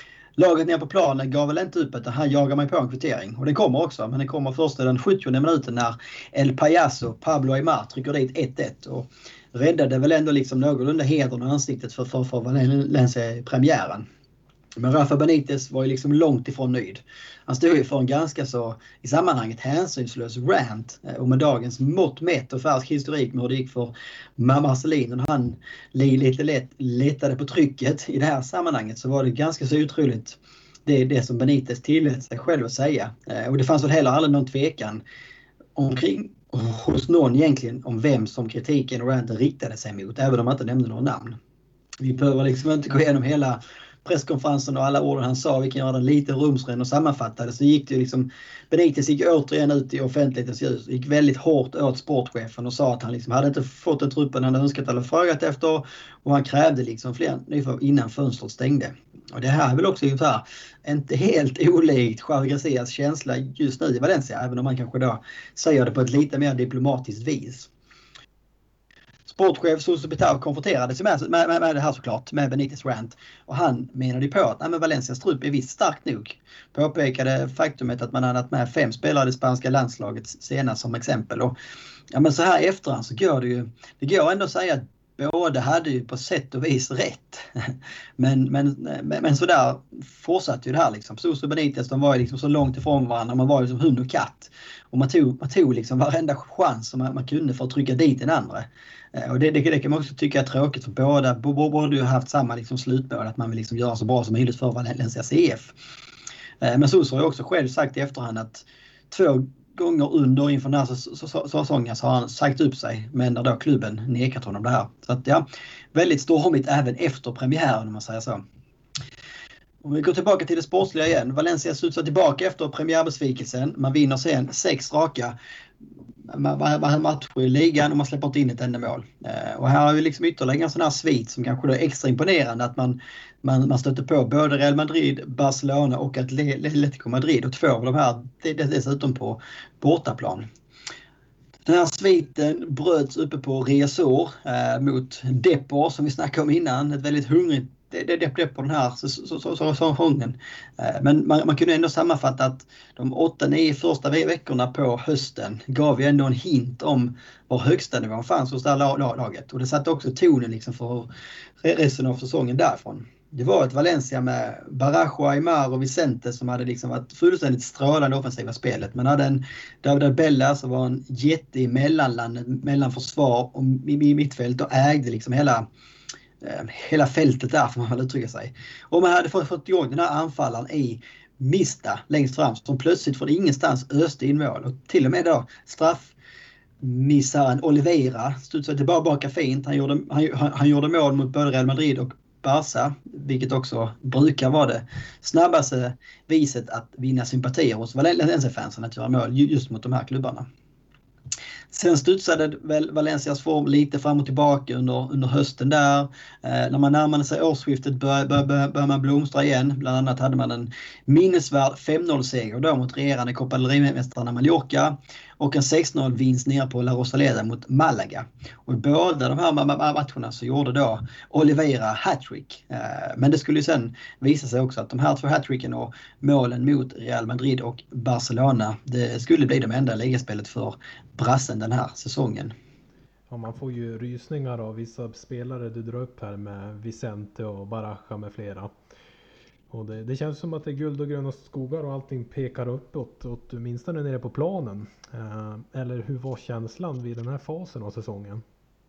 Laget ner på planen gav väl inte upp att han jagar mig på en kvittering. Och det kommer också. Men det kommer först i den sjuttionde minuten när El Payaso, Pablo Aymar, trycker dit ett ett. Och räddade väl ändå liksom någorlunda hedern och ansiktet för, för, för Valencia i premiären. Men Rafa Benitez var ju liksom långt ifrån nöjd. Han stod ju för en ganska så i sammanhanget hänsynslös rant. Och med dagens mått mätt och färsk historik med hur det gick för Marcelino. Han lite lätt letade på trycket i det här sammanhanget så var det ganska så otroligt. Det är det som Benitez tillät sig själv att säga. Och det fanns väl heller aldrig någon tvekan omkring hos någon egentligen om vem som kritiken och ranten riktade sig mot. Även om man inte nämnde några namn. Vi behöver liksom inte gå igenom hela presskonferensen och alla orden han sa, vi kan göra den lite rumsren och sammanfattade, så gick det ju liksom, Benitez gick återigen ut i offentlighetens ljus, gick väldigt hårt åt sportchefen och sa att han liksom hade inte fått den truppen han hade önskat eller frågat efter och han krävde liksom fler nyförvärv innan fönstret stängde. Och det här är väl också så här, inte helt olikt Javi Gracias känsla just nu i Valencia, även om man kanske då säger det på ett lite mer diplomatiskt vis. Sportchef Suso Petau konfronterades med, med, med, med det här såklart, med Benitez rant. Och han menade på att nej, men Valencias trupp är visst stark nog. Påpekade faktumet att man hade haft med fem spelare i det spanska landslaget senast som exempel. Och, ja, men så här i efterhand så går det ju, det går ändå att säga att båda hade ju på sätt och vis rätt. men, men, men, men så där fortsatte ju det här liksom. Suso och Benitez, de var ju liksom så långt ifrån varandra. Man var ju som hund och katt. Och man tog, man tog liksom varenda chans som man, man kunde för att trycka dit den andra. Och det, det, det kan man också tycka är tråkigt för båda borde ju haft samma liksom slutmål att man vill liksom göra så bra som möjligt för Valencia C F. Men Suso har ju också själv sagt i efterhand att två gånger under inför den här säsongen så har han sagt upp sig, men när då klubben nekat honom det här. Så att ja, väldigt stormigt även efter premiären om man säger så. Om vi går tillbaka till det sportsliga igen. Valencia studsar tillbaka efter premiärbesvikelsen. Man vinner sen sex raka matcher i ligan och man släpper inte in ett enda mål. Och här har vi liksom ytterligare en sån här svit som kanske är extra imponerande att man, man, man stöter på både Real Madrid, Barcelona och Atletico Madrid och två av de här dessutom på bortaplan. Den här sviten bröts uppe på Riazor eh, mot Depor som vi snackade om innan. Ett väldigt hungrigt Det, det, det blev på den här säsongen. Men man, man kunde ändå sammanfatta att de åtta nio första veckorna på hösten gav ju ändå en hint om var högsta nivån fanns hos det här laget. Och det satte också tonen liksom för resten av säsongen därifrån. Det var ett Valencia med Barajo, Aymar och Vicente som hade liksom varit fullständigt strålande offensiva spelet. Man hade en David Bella som var en jätte i mellanlandet, mellan försvar och i mittfält och ägde liksom hela, hela fältet där, får man väl uttrycka sig. Och man hade fått, fått igång den här anfallaren i Mista längst fram som plötsligt från ingenstans öste in mål. Och till och med då straffmissaren Oliveira studsade tillbaka fint. Han gjorde, han, han, han gjorde mål mot både Real Madrid och Barca, vilket också brukar vara det snabbaste viset att vinna sympatier hos Valencia-fansen, att göra mål just mot de här klubbarna. Sen studsade väl Valencias form lite fram och tillbaka under, under hösten där. Eh, när man närmade sig årsskiftet började bör, bör, bör man blomstra igen. Bland annat hade man en minnesvärd fem noll-seger då mot regerande Copa del Rey-mästarna Mallorca och en sex noll-vinst ner på La Rosaleda mot Malaga. Och i båda de här matcherna så gjorde då Oliveira hattrick. Eh, men det skulle ju sen visa sig också att de här två hattricken och målen mot Real Madrid och Barcelona, det skulle bli de enda ligaspelet för brassen den här säsongen. Ja, man får ju rysningar av vissa spelare du drar upp här med Vicente och Baraja med flera. Och det, det känns som att det är guld och gröna skogar och allting pekar uppåt, åtminstone nere på planen. Eh, eller hur var känslan vid den här fasen av säsongen?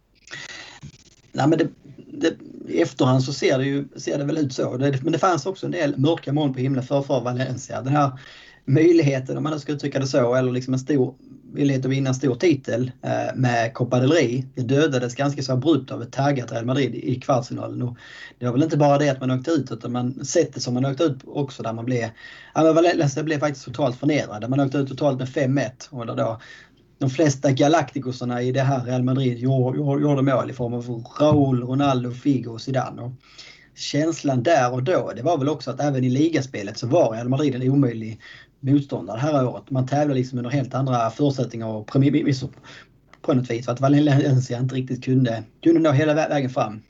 Nej, men det, det, i efterhand så ser det, ju, ser det väl ut så. Det, men det fanns också en del mörka moln på himlen för, för Valencia. Den här möjligheten, om man ska uttrycka det så, eller liksom en stor möjlighet att vinna en stor titel eh, med Copa del Rey. Det dödades ganska så abrupt av ett taggat Real Madrid i kvartsfinalen. Och det var väl inte bara det att man åkte ut, utan man sättet som man åkte ut också, där man blev, ja, men Valencia blev faktiskt totalt förnedrad. Man åkte ut totalt med fem ett och där då de flesta galaktikusarna i det här Real Madrid gjorde, gjorde mål i form av Raúl, Ronaldo, Figo och Zidane. Och känslan där och då, det var väl också att även i ligaspelet så var Real Madrid en omöjlig motståndare det här året. Man tävlar liksom under helt andra förutsättningar och premisser på något vis, för att Valencia inte riktigt kunde, kunde nå hela vägen fram.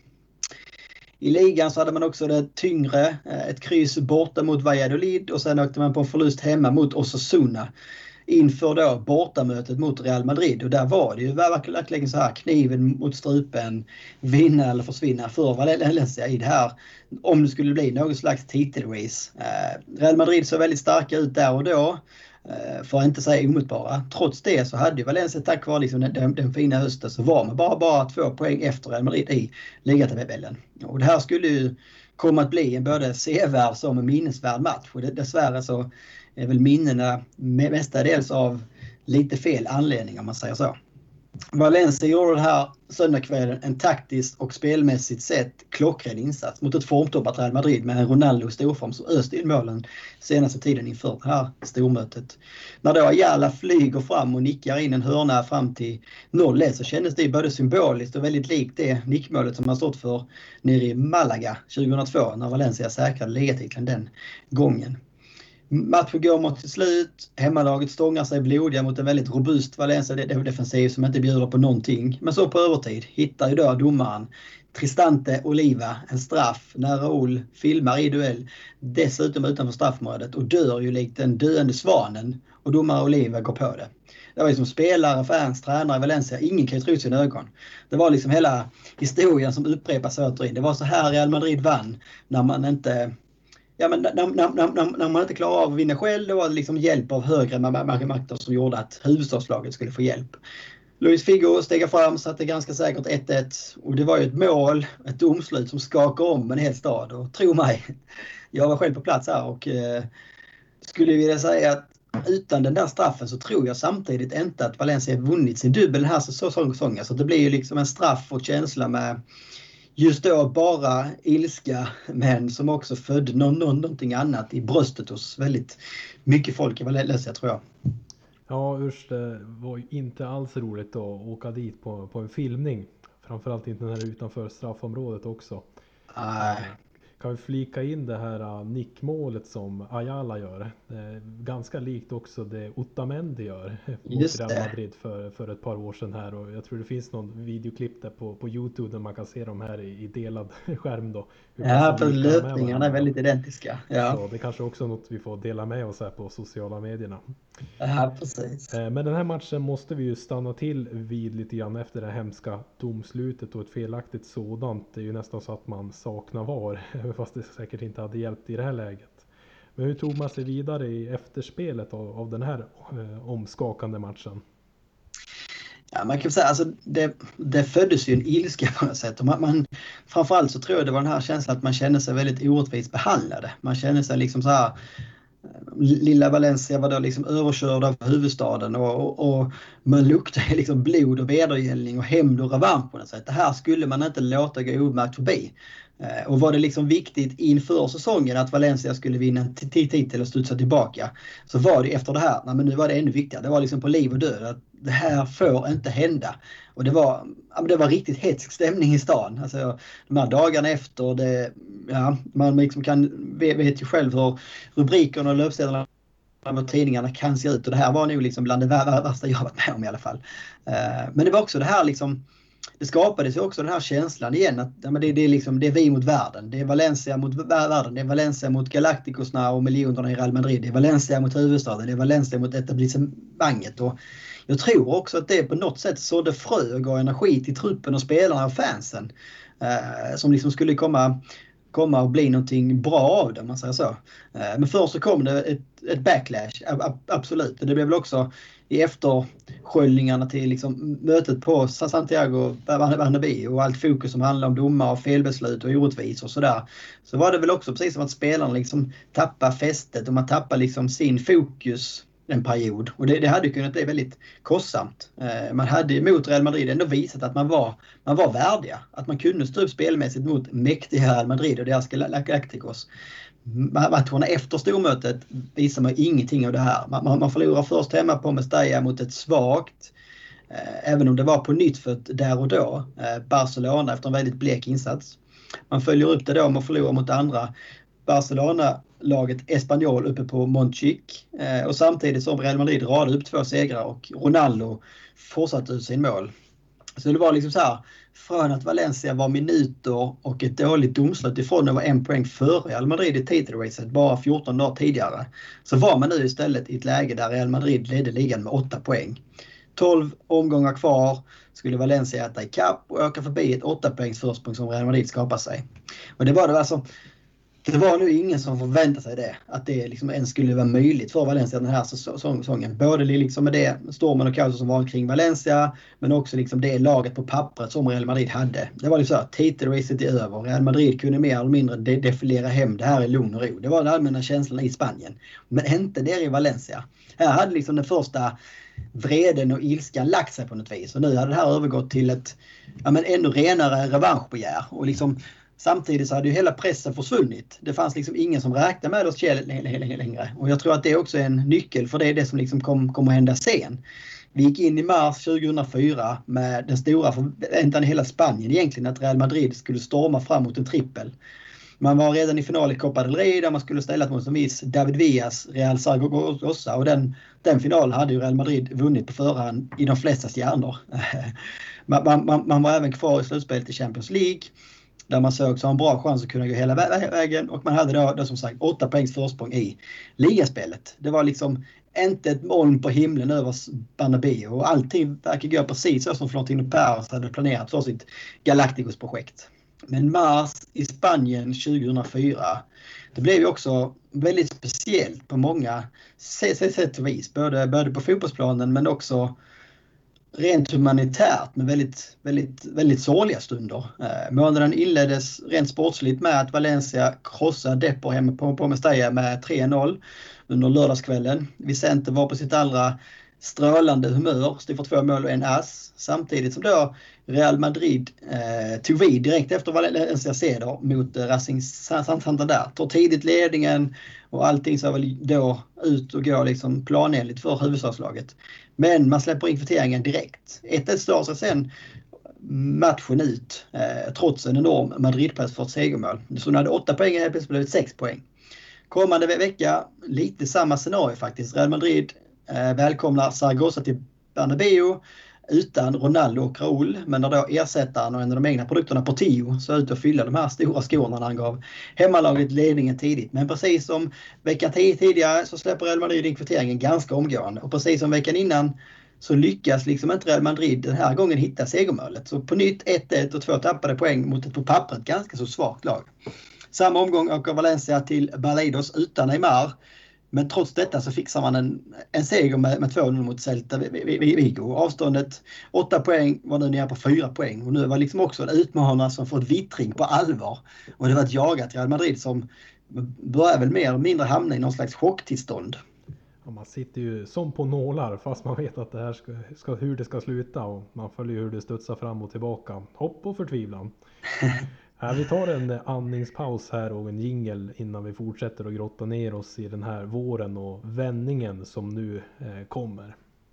I ligan så hade man också det tyngre, ett kryss borta mot Valladolid och sen åkte man på en förlust hemma mot Osasuna inför då bortamötet mot Real Madrid. Och där var det ju verkligen så här, kniven mot strupen, vinna eller försvinna för Valencia i det här, om det skulle bli någon slags titelrace. Eh, Real Madrid såg väldigt starka ut där och då, eh, för att inte säga omutbara. Trots det så hade ju Valencia, tack vare liksom den, den, den fina hösten, så var man bara, bara två poäng efter Real Madrid i ligatabellen. Och det här skulle ju komma att bli en både sevärd som en minnesvärd match. Och det, dessvärre så är väl minnena mestadels av lite fel anledning, om man säger så. Valencia gjorde det här söndagskvällen en taktiskt och spelmässigt sett klockren insats mot ett formtoppat Real Madrid med en Ronaldo i storform som öste in målen senaste tiden inför det här stormötet. När då Ayala flyger fram och nickar in en hörna fram till noll ett så kändes det både symboliskt och väldigt likt det nickmålet som man stått för nere i Malaga tjugohundratvå när Valencia säkrade ligatiteln den gången. Matchen går mot till slut. Hemmalaget stångar sig blodiga mot en väldigt robust Valencia defensiv som inte bjuder på någonting. Men så på övertid hittar ju då domaren Tristante Oliva en straff när Raúl filmar i duell. Dessutom utanför straffområdet och dör ju likt den döende svanen. Och domare Oliva går på det. Det var liksom spelare, fans, tränare i Valencia. Ingen kan ju tro sina ögon. Det var liksom hela historien som upprepas återigen. Det var så här Real Madrid vann när man inte... Ja, men när, när, när, när man inte klarar av att vinna själv, då var det liksom hjälp av högre makter som gjorde att huvudstadslaget skulle få hjälp. Luis Figo steg fram, satte ganska säkert ett ett och det var ju ett mål, ett domslut som skakar om en hel stad. Och tro mig, jag var själv på plats här och eh, skulle vilja säga att utan den där straffen så tror jag samtidigt inte att Valencia vunnit sin dubbel den här säsongen. Så det blir ju liksom en straff och känsla med just då bara ilska, men som också födde någon, någonting annat i bröstet hos väldigt mycket folk i Valencia, tror jag. Ja, usch, det var ju inte alls roligt att åka dit på, på en filmning. Framförallt inte den här utanför straffområdet också. Nej. Kan vi flika in det här nickmålet som Ayala gör. Ganska likt också det Otamendi gör mot Real Madrid för, för ett par år sedan här. Och jag tror det finns någon videoklipp där på, på YouTube där man kan se de här i, i delad skärm då. Ja, för löpningarna är väldigt identiska. Ja. Så det kanske också är något vi får dela med oss här på sociala medierna. Ja, precis. Men den här matchen måste vi ju stanna till vid lite grann efter det hemska domslutet och ett felaktigt sådant. Det är ju nästan så att man saknar var även fast det säkert inte hade hjälpt i det här läget. Men hur tog man sig vidare i efterspelet av, av den här eh, omskakande matchen? Ja, man kan säga alltså det, det föddes ju en ilska på något sätt. Och man, man, framförallt så tror jag det var den här känslan att man kände sig väldigt orättvist behandlade. Man kände sig liksom så här, lilla Valencia var då liksom överkörd av huvudstaden och, och, och man luktade liksom blod och vedergällning och hämnd och revansch på något sätt. Det här skulle man inte låta gå obemärkt förbi. Och var det liksom viktigt inför säsongen att Valencia skulle vinna en titel och studsa tillbaka, så var det efter det här, nej men nu var det ännu viktigare. Det var liksom på liv och död att det här får inte hända. Och det var, ja, det var riktigt hetsk stämning i stan. Alltså de här dagarna efter, det, ja, man liksom kan, vet ju själv hur rubrikerna och löpsedlarna på tidningarna kan se ut. Och det här var nog liksom bland det värsta jag varit med om i alla fall. Men det var också det här liksom, det skapades ju också den här känslan igen att ja, men det, det, är liksom, det är vi mot världen. Det är Valencia mot världen. Det är Valencia mot Galacticosna och miljonerna i Real Madrid. Det är Valencia mot huvudstaden. Det är Valencia mot etablissemanget. Och jag tror också att det på något sätt sådde frö och gav energi till truppen och spelarna och fansen. Eh, som liksom skulle komma, komma och bli någonting bra av det, om man säger så. Eh, men först så kom det ett, ett backlash, ab, absolut. Och det blev väl också i eftersköljningarna till liksom mötet på Santiago Bernabéu och allt fokus som handlar om domar och felbeslut och orättvisor och sådär. Så var det väl också precis som att spelarna liksom tappar fästet och man tappar liksom sin fokus en period. Och det, det hade kunnat bli väldigt kostsamt. Eh, man hade mot Real Madrid ändå visat att man var, man var värdiga. Att man kunde stå upp spelmässigt mot mäktiga Real Madrid och deras Galacticos. Matcherna efter stormötet visar man ingenting av det här. Man, man förlorar först hemma på Mestalla mot ett svagt, eh, även om det var på nytt för där och då, eh, Barcelona efter en väldigt blek insats. Man följer upp det då med att förlora mot andra Barcelona-laget Espanyol uppe på Montjuic. Eh, och samtidigt som Real Madrid radade upp två segrar och Ronaldo fortsatte ut sin mål. Så det var liksom så här, från att Valencia var minuter och ett dåligt domslut ifrån att vara en poäng före Real Madrid i titelracet bara fjorton dagar tidigare, så var man nu istället i ett läge där Real Madrid ledde ligan med åtta poäng. tolv omgångar kvar skulle Valencia äta i kapp och åka förbi ett åtta poängs försprång som Real Madrid skapar sig. Och det var det alltså, det var nu ingen som förväntade sig det, att det liksom ens skulle vara möjligt för Valencia den här säsongen. Både liksom med det stormen och kaoset som var kring Valencia, men också liksom det laget på pappret som Real Madrid hade. Det var liksom så att titelracet är över. Real Madrid kunde mer eller mindre de- defilera hem det här i lugn och ro. Det var den allmänna känslan i Spanien. Men inte där i Valencia. Här hade liksom den första vreden och ilskan lagt sig på något vis. Och nu hade det här övergått till ett ja, men ännu renare revanschbegär. Och liksom samtidigt så hade ju hela pressen försvunnit. Det fanns liksom ingen som räknade med oss längre. Och jag tror att det också är en nyckel för det är det som liksom kom, kommer att hända sen. Vi gick in i mars tjugohundrafyra med den stora förväntan i hela Spanien egentligen att Real Madrid skulle storma fram mot en trippel. Man var redan i final i Copa del Rey där man skulle ställa mot en viss David Villas Real Zaragoza, och den, den finalen hade ju Real Madrid vunnit på förhand i de flesta hjärnor. man, man, man var även kvar i slutspelet i Champions League där man såg så en bra chans att kunna gå hela vägen, och man hade då, då som sagt åtta poängs försprång i ligaspelet. Det var liksom inte ett moln på himlen över Bernabéu och allting verkar gå precis så som Florentino Pérez hade planerat för sitt Galacticos-projekt. Men mars i Spanien tjugohundrafyra, det blev ju också väldigt speciellt på många sätt och vis. Både, både på fotbollsplanen men också rent humanitärt med väldigt, väldigt, väldigt sorgliga stunder. Eh, månaden inleddes rent sportsligt med att Valencia krossade Depor hemma på, på Mestalla med tre noll under lördagskvällen. Vicente var på sitt allra strålande humör, stod för två mål och en ass. Samtidigt som då Real Madrid eh, tog vid direkt efter Valencia seger mot eh, Racing Santander. Tog tidigt ledningen och allting så väl då ut och gå liksom planenligt för huvudstadslaget. Men man släpper in kvitteringen direkt. ett ett står sig sen matchen ut eh, trots en enorm Madrid-press för ett segermål. Så hade åtta poäng och helt plötsligt blev det sex poäng. Kommande vecka lite samma scenario faktiskt. Real Madrid eh, välkomnar Zaragoza till Bernabéu utan Ronaldo och Raúl, men när då ersättaren och en av de egna produkterna Portillo så ut att fylla de här stora skorna när han gav hemmalaget ledningen tidigt. Men precis som veckan tio tidigare så släpper Real Madrid in kvitteringen ganska omgående, och precis som veckan innan så lyckas liksom inte Real Madrid den här gången hitta segermålet. Så på nytt ett ett och två tappade poäng mot ett på pappret ganska så svagt lag. Samma omgång åker Valencia till Balaidos utan Neymar. Men trots detta så fixar man en, en seger med, med två noll mot Celta Vigo. Avståndet åtta poäng var nu nere på fyra poäng. Och nu var liksom också en utmanare som fått vittring på allvar. Och det var ett jagat Real Madrid som börjar väl mer eller mindre hamna i någon slags chocktillstånd. Ja, man sitter ju som på nålar fast man vet att det här ska, ska, hur det ska sluta. Och man följer hur det studsar fram och tillbaka. Hopp och förtvivlan. Ja, vi tar en andningspaus här och en jingle innan vi fortsätter att grotta ner oss i den här våren och vändningen som nu eh, kommer.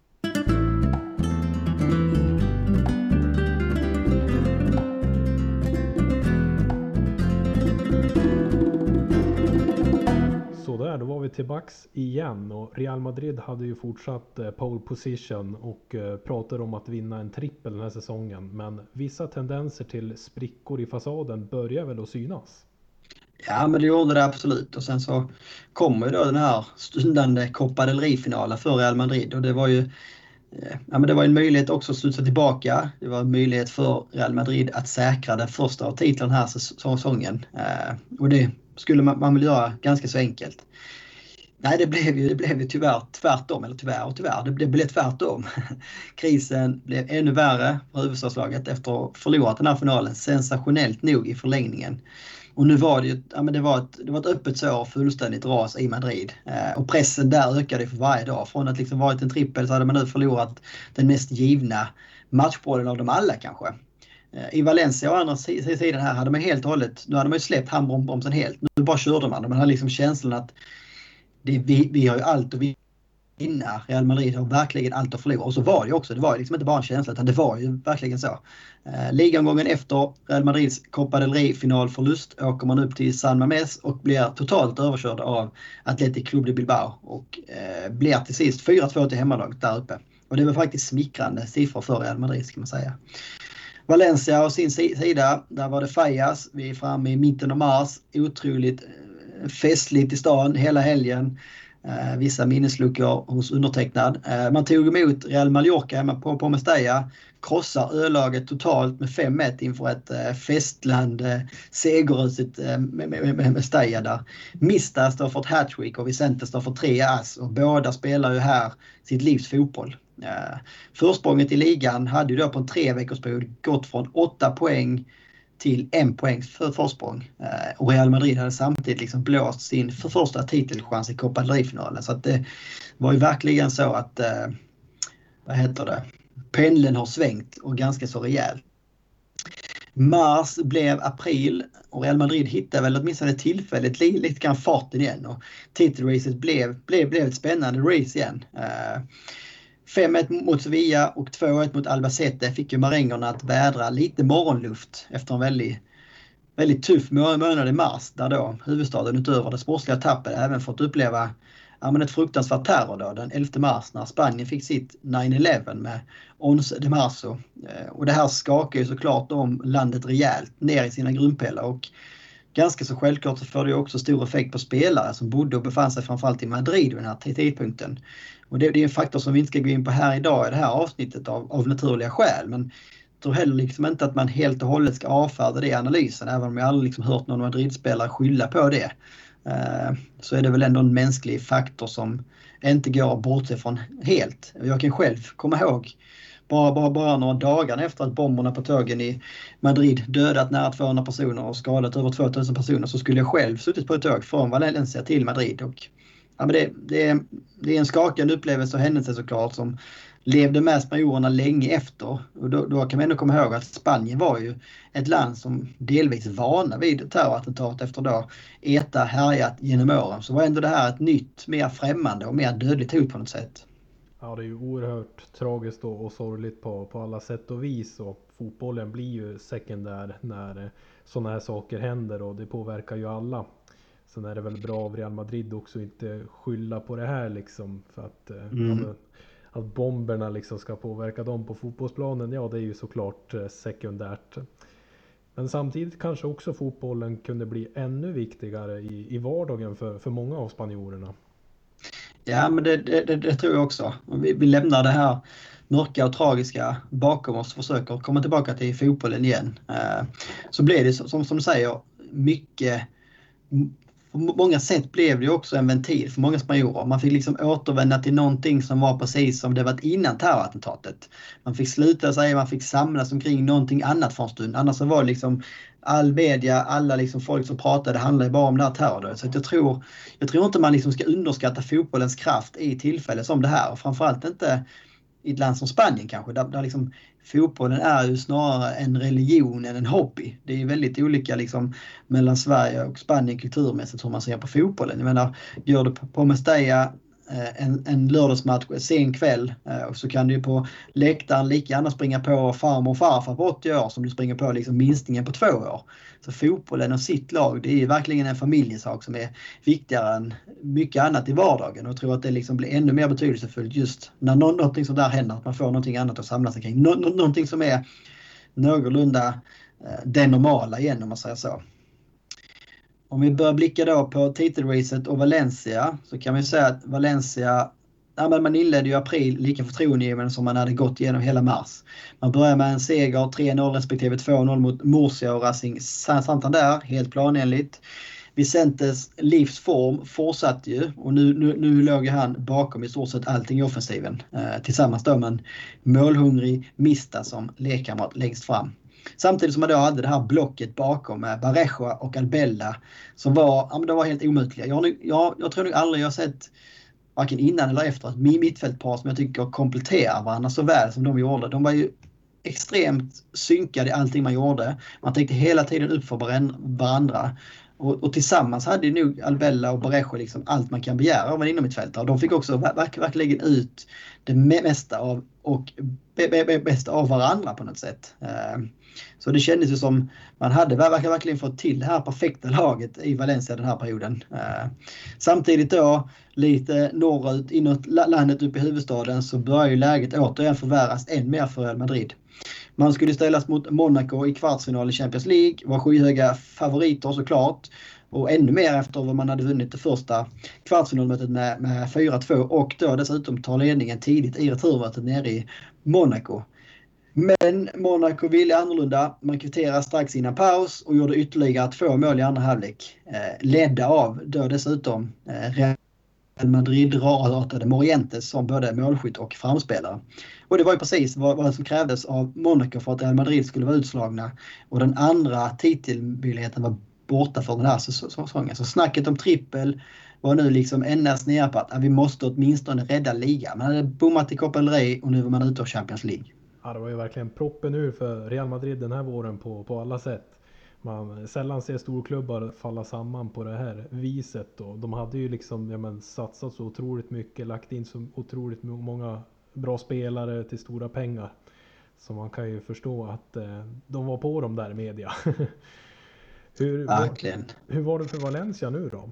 Så där, då var vi tillbaks igen och Real Madrid hade ju fortsatt eh, pole position och eh, pratade om att vinna en trippel den här säsongen. Men vissa tendenser till sprickor i fasaden börjar väl att synas? Ja, men det gjorde det absolut. Och sen så kommer ju då den här stundande Copa del Rey-finalen för Real Madrid. Och det var ju ja, men det var en möjlighet också att studsa tillbaka. Det var en möjlighet för Real Madrid att säkra den första av titeln här säsongen. Eh, och det skulle man, man vilja göra ganska så enkelt. Nej, det blev ju, det blev ju tyvärr tvärtom. Eller tyvärr och tyvärr. Det blev, det blev tvärtom. Krisen blev ännu värre för huvudstadslaget efter att ha förlorat den här finalen. Sensationellt nog i förlängningen. Och nu var det ju ja, men det var ett, det var ett öppet sår, fullständigt ras i Madrid. Eh, och pressen där ökade för varje dag. Från att liksom varit en trippel så hade man nu förlorat den mest givna matchbollen av dem alla kanske. Eh, I Valencia å andra sidan här hade man helt och hållet, nu hade man ju släppt handbromsen helt. Nu bara körde man. Man hade liksom känslan att det, vi, vi har ju allt och vi vinna. Real Madrid har verkligen allt att förlora. Och så var det också. Det var ju liksom inte bara en känsla utan det var ju verkligen så. Eh, Ligomgången efter Real Madrids Copa del Rey finalförlust åker man upp till San Mamés och blir totalt överkörd av Athletic Club de Bilbao. Och eh, blir till sist fyra två till hemmalaget där uppe. Och det var faktiskt smickrande siffror för Real Madrid ska man säga. Valencia och sin sida, där var det Fallas. Vi är framme i mitten av mars. Otroligt eh, festligt i stan hela helgen. Eh, vissa minnesluckor hos undertecknad. Eh, man tog emot Real Mallorca hemma på, på Mestalla. Krossar ölaget totalt med fem ett inför ett eh, festland eh, segerrusigt eh, med, med, med Mestalla där. Mista står för ett hattrick och Vicente står för tre ass. Och båda spelar ju här sitt livs fotboll. Eh, försprånget i ligan hade ju då på en tre veckors period gått från åtta poäng till en poängs för försprång. Eh, och Real Madrid hade samtidigt liksom blåst sin för första titelchans i Copa del Rey-finalen. Så att det var ju verkligen så att, eh, vad heter det, pendeln har svängt och ganska så rejält. Mars blev april och Real Madrid hittade väl åtminstone tillfälligt lite, lite grann farten igen. Och titelracet blev, blev, blev ett spännande race igen. Eh, fem ett mot Sevilla och två ett mot Albacete fick ju marängerna att vädra lite morgonluft efter en väldigt, väldigt tuff månad i mars där då huvudstaden utöver det sportsliga tappet även fått uppleva ja, men ett fruktansvärt terror då, den elfte mars när Spanien fick sitt nio elva med Once de Marzo. Och det här skakar ju såklart om landet rejält ner i sina grundpelare och ganska så självklart så får det också stor effekt på spelare som bodde och befann sig framförallt i Madrid vid den här tidpunkten. Och det, det är en faktor som vi inte ska gå in på här idag i det här avsnittet av, av naturliga skäl. Men jag tror heller liksom inte att man helt och hållet ska avfärda det i analysen. Även om jag aldrig liksom hört någon Madrid-spelare skylla på det. Eh, så är det väl ändå en mänsklig faktor som inte går att bortse från helt. Jag kan själv komma ihåg bara, bara, bara några dagar efter att bomberna på tågen i Madrid dödat nära tvåhundra personer och skadat över tvåtusen personer så skulle jag själv suttit på ett tåg från Valencia till Madrid. Och ja, men det, det, är, det är en skakande upplevelse och händelse såklart som levde med spanjorerna länge efter. Och då, då kan man ändå komma ihåg att Spanien var ju ett land som delvis vana vid terrorattentat efter då ETA härjat genom åren. Så var ändå det här ett nytt, mer främmande och mer dödligt hot på något sätt. Ja, det är ju oerhört tragiskt och, och sorgligt på, på alla sätt och vis. Och fotbollen blir ju sekundär när sådana här saker händer och det påverkar ju alla. Sen är det väl bra av Real Madrid också inte skylla på det här liksom för att, mm. ja, att bomberna liksom ska påverka dem på fotbollsplanen. Ja, det är ju såklart sekundärt. Men samtidigt kanske också fotbollen kunde bli ännu viktigare i, i vardagen för, för många av spanjorerna. Ja, men det, det, det tror jag också. Vi, vi lämnar det här mörka och tragiska bakom oss och försöker komma tillbaka till fotbollen igen. Så blir det som, som du säger mycket på många sätt blev det också en ventil för många spanjorer. Man fick liksom återvända till någonting som var precis som det var innan terrorattentatet. Man fick sluta sig, man fick samlas omkring någonting annat för en stund. Annars så var det liksom all media, alla liksom folk som pratade handlade bara om det här terrordådet. Så att jag tror, jag tror inte man liksom ska underskatta fotbollens kraft i tillfälle som det här. Och framförallt inte i ett land som Spanien kanske. Där, där liksom fotbollen är ju snarare en religion än en hobby. Det är väldigt olika liksom mellan Sverige och Spanien kulturmässigt hur man ser på fotbollen. Jag menar, gör du på, på Mestalla en, en lördagsmatch sen kväll och så kan du på läktaren lika gärna springa på farmor och farfar på åttio år som du springer på liksom minstingen på två år. Så fotbollen och sitt lag, det är verkligen en familjesak som är viktigare än mycket annat i vardagen. Och jag tror att det liksom blir ännu mer betydelsefullt just när någonting sådär händer, att man får någonting annat att samla sig kring. Nå- någonting som är någorlunda eh, det normala igen, om man säger så. Om vi börjar blicka då på titelracet och Valencia, så kan vi säga att Valencia, ja, men man inledde ju april lika förtroendegivande som man hade gått igenom hela mars. Man började med en seger tre noll respektive två noll mot Murcia och Racing Santander, helt planenligt. Vicentes livsform fortsatte ju och nu, nu, nu låg han bakom i stort sett allting i offensiven. Eh, tillsammans då med en målhungrig Mista som lekkamrat längst fram. Samtidigt som man då hade det här blocket bakom med Barreja och Albella som var, ja, men de var helt omutliga. Jag, jag, jag tror nog aldrig jag har sett varken innan eller efter ett mittfältpar som jag tycker kompletterar varandra så väl som de gjorde. De var ju extremt synkade i allting man gjorde. Man tänkte hela tiden upp för varandra. Och, och tillsammans hade ju nog Albella och Barreja liksom allt man kan begära av en inomhittfältare. Och de fick också verk, verkligen ut det mesta av och bästa av varandra på något sätt. Så det kändes ju som man hade verkligen, verkligen fått till det här perfekta laget i Valencia den här perioden. Samtidigt då, lite norrut inåt landet upp i huvudstaden, så börjar ju läget återigen förvärras än mer för Real Madrid. Man skulle ställas mot Monaco i kvartsfinal i Champions League, var skyhöga favoriter såklart. Och ännu mer efter vad man hade vunnit det första kvartsfinalmötet med, med fyra två och då dessutom tar ledningen tidigt i returmötet nere i Monaco. Men Monaco ville annorlunda. Man kvitterade strax innan paus och gjorde ytterligare två mål i andra halvlek. Eh, ledda av då dessutom eh, Real Madrid-ratade Morientes som både målskytt och framspelare. Och det var ju precis vad, vad som krävdes av Monaco för att Real Madrid skulle vara utslagna. Och den andra titelmöjligheten var borta för den här säsongen. Så snacket om trippel var nu liksom endast nere på att ja, vi måste åtminstone rädda ligan. Man hade bommat i Copa del Rey och nu var man ute av Champions League. Ja, det var ju verkligen proppen ur för Real Madrid den här våren på, på alla sätt. Man sällan ser storklubbar falla samman på det här viset. Och de hade ju liksom ja, men, satsat så otroligt mycket, lagt in så otroligt många bra spelare till stora pengar. Så man kan ju förstå att eh, de var på dem där i media. hur, Verkligen. Var, hur var det för Valencia nu då?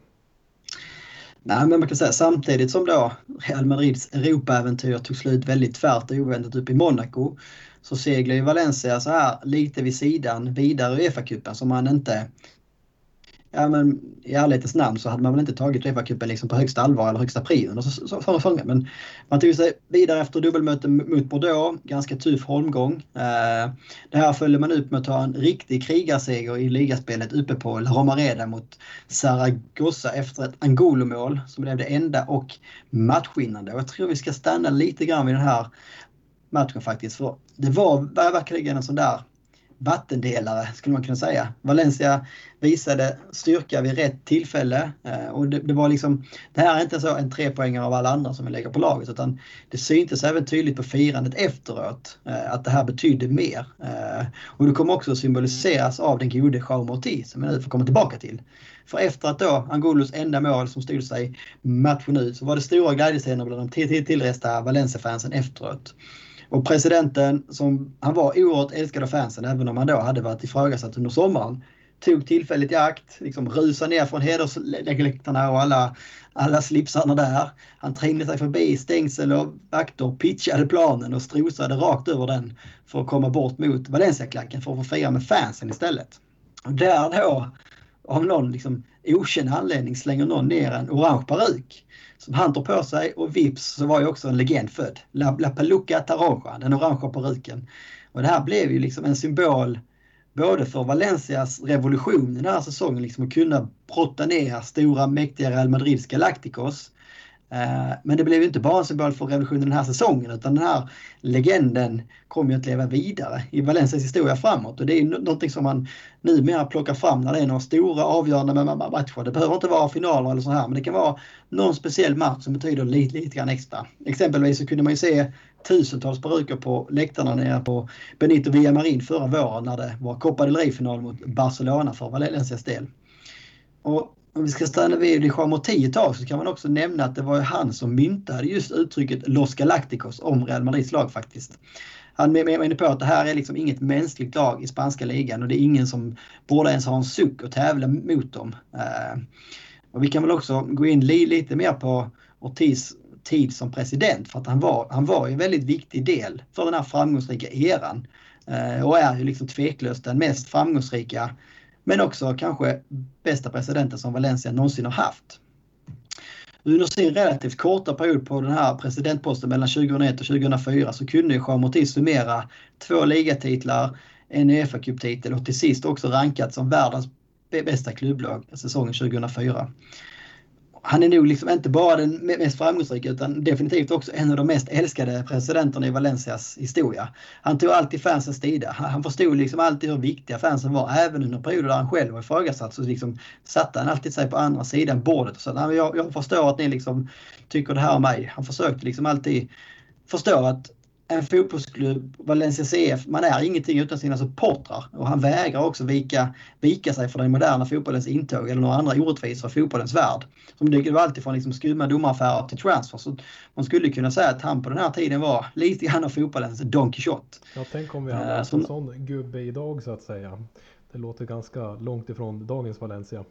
Nej, men man kan säga samtidigt som då Real Madrids Europa-äventyr tog slut väldigt tvärt och oväntat upp i Monaco, så seglar ju Valencia så här lite vid sidan vidare i UEFA-cupen som man inte, ja men i ärlighetens namn så hade man väl inte tagit UEFA-cupen liksom på högsta allvar eller högsta prio under säsongen. Men man tog sig vidare efter dubbelmöte mot Bordeaux, ganska tuff holmgång. Eh, det här följde man upp med att ta en riktig krigarseger i ligaspelet uppe på La Romareda mot Zaragoza efter ett Angolo-mål som blev det enda och matchvinnande. Och jag tror vi ska stanna lite grann vid den här matchen faktiskt, för det var verkligen en sån där vattendelare skulle man kunna säga. Valencia visade styrka vid rätt tillfälle och det, det var liksom, det här är inte så en trepoängare av alla andra som vi lägger på laget, utan det syntes även tydligt på firandet efteråt att det här betydde mer. Och det kommer också symboliseras av den gode Jaume Ortiz som jag nu får komma tillbaka till. För efter att då Angolos enda mål som stod sig matchen ut, så var det stora glädjescener bland de till tillresta Valencia-fansen efteråt. Och presidenten, som han var oerhört älskad av fansen, även om han då hade varit ifrågasatt under sommaren, tog tillfälligt i akt, liksom rusade ner från hedersläktarna och alla, alla slipsarna där. Han trängde sig förbi stängsel och vakter, pitchade planen och strosade rakt över den för att komma bort mot Valencia-klacken för att få fira med fansen istället. Och där då, av någon liksom okänd anledning, slänger någon ner en orange peruk som han tar på sig, och vips så var ju också en legend född. La, La Peluca Taronja, den orangea peruken. Och det här blev ju liksom en symbol både för Valencias revolution i den här säsongen, liksom att kunna brotta ner stora mäktiga Real Madrids Galacticos. Men det blev ju inte bara en symbol för revolutionen den här säsongen, utan den här legenden kommer ju att leva vidare i Valencias historia framåt. Och det är någonting som man numera plockar fram när det är några stora avgörande matcher. Det behöver inte vara finaler eller så här, men det kan vara någon speciell match som betyder lite, lite grann extra. Exempelvis så kunde man ju se tusentals peruker på läktarna nere på Benito Villamarin förra våren när det var Copa del Rey-final mot Barcelona för Valencias del. Och om vi ska stanna vid Juan Martí ett tag så kan man också nämna att det var han som myntade just uttrycket Los Galacticos om Real Madrids lag faktiskt. Han menar på att det här är liksom inget mänskligt lag i spanska ligan och det är ingen som borde ens ha en suck och tävla mot dem. Och vi kan väl också gå in lite mer på Ortiz tid som president, för att han var, han var en väldigt viktig del för den här framgångsrika eran och är ju liksom tveklöst den mest framgångsrika, men också kanske bästa presidenten som Valencia någonsin har haft. Under sin relativt korta period på den här presidentposten mellan tjugohundraett och tjugohundrafyra så kunde Juan Martí summera två ligatitlar, en UEFA-cuptitel och till sist också rankat som världens bästa klubblag säsongen tjugohundrafyra. Han är nog liksom inte bara den mest framgångsrika utan definitivt också en av de mest älskade presidenterna i Valencias historia. Han tog alltid fansens sida. Han förstod liksom alltid hur viktiga fansen var. Även under perioder där han själv var ifrågasatt så liksom satte han alltid sig på andra sidan bordet. Och så, jag, jag förstår att ni liksom tycker det här om mig. Han försökte liksom alltid förstå att en fotbollsklubb, Valencia C F, man är ingenting utan sina supportrar. Och han vägrar också vika, vika sig för den moderna fotbollens intåg eller några andra orättvisor för fotbollens värld. Som det var alltid från liksom skumma domaraffärer till transfer. Så man skulle kunna säga att han på den här tiden var lite grann av fotbollens Don Quixote. Ja, tänk om vi hade uh, en sån gubbe idag så att säga. Det låter ganska långt ifrån dagens Valencia.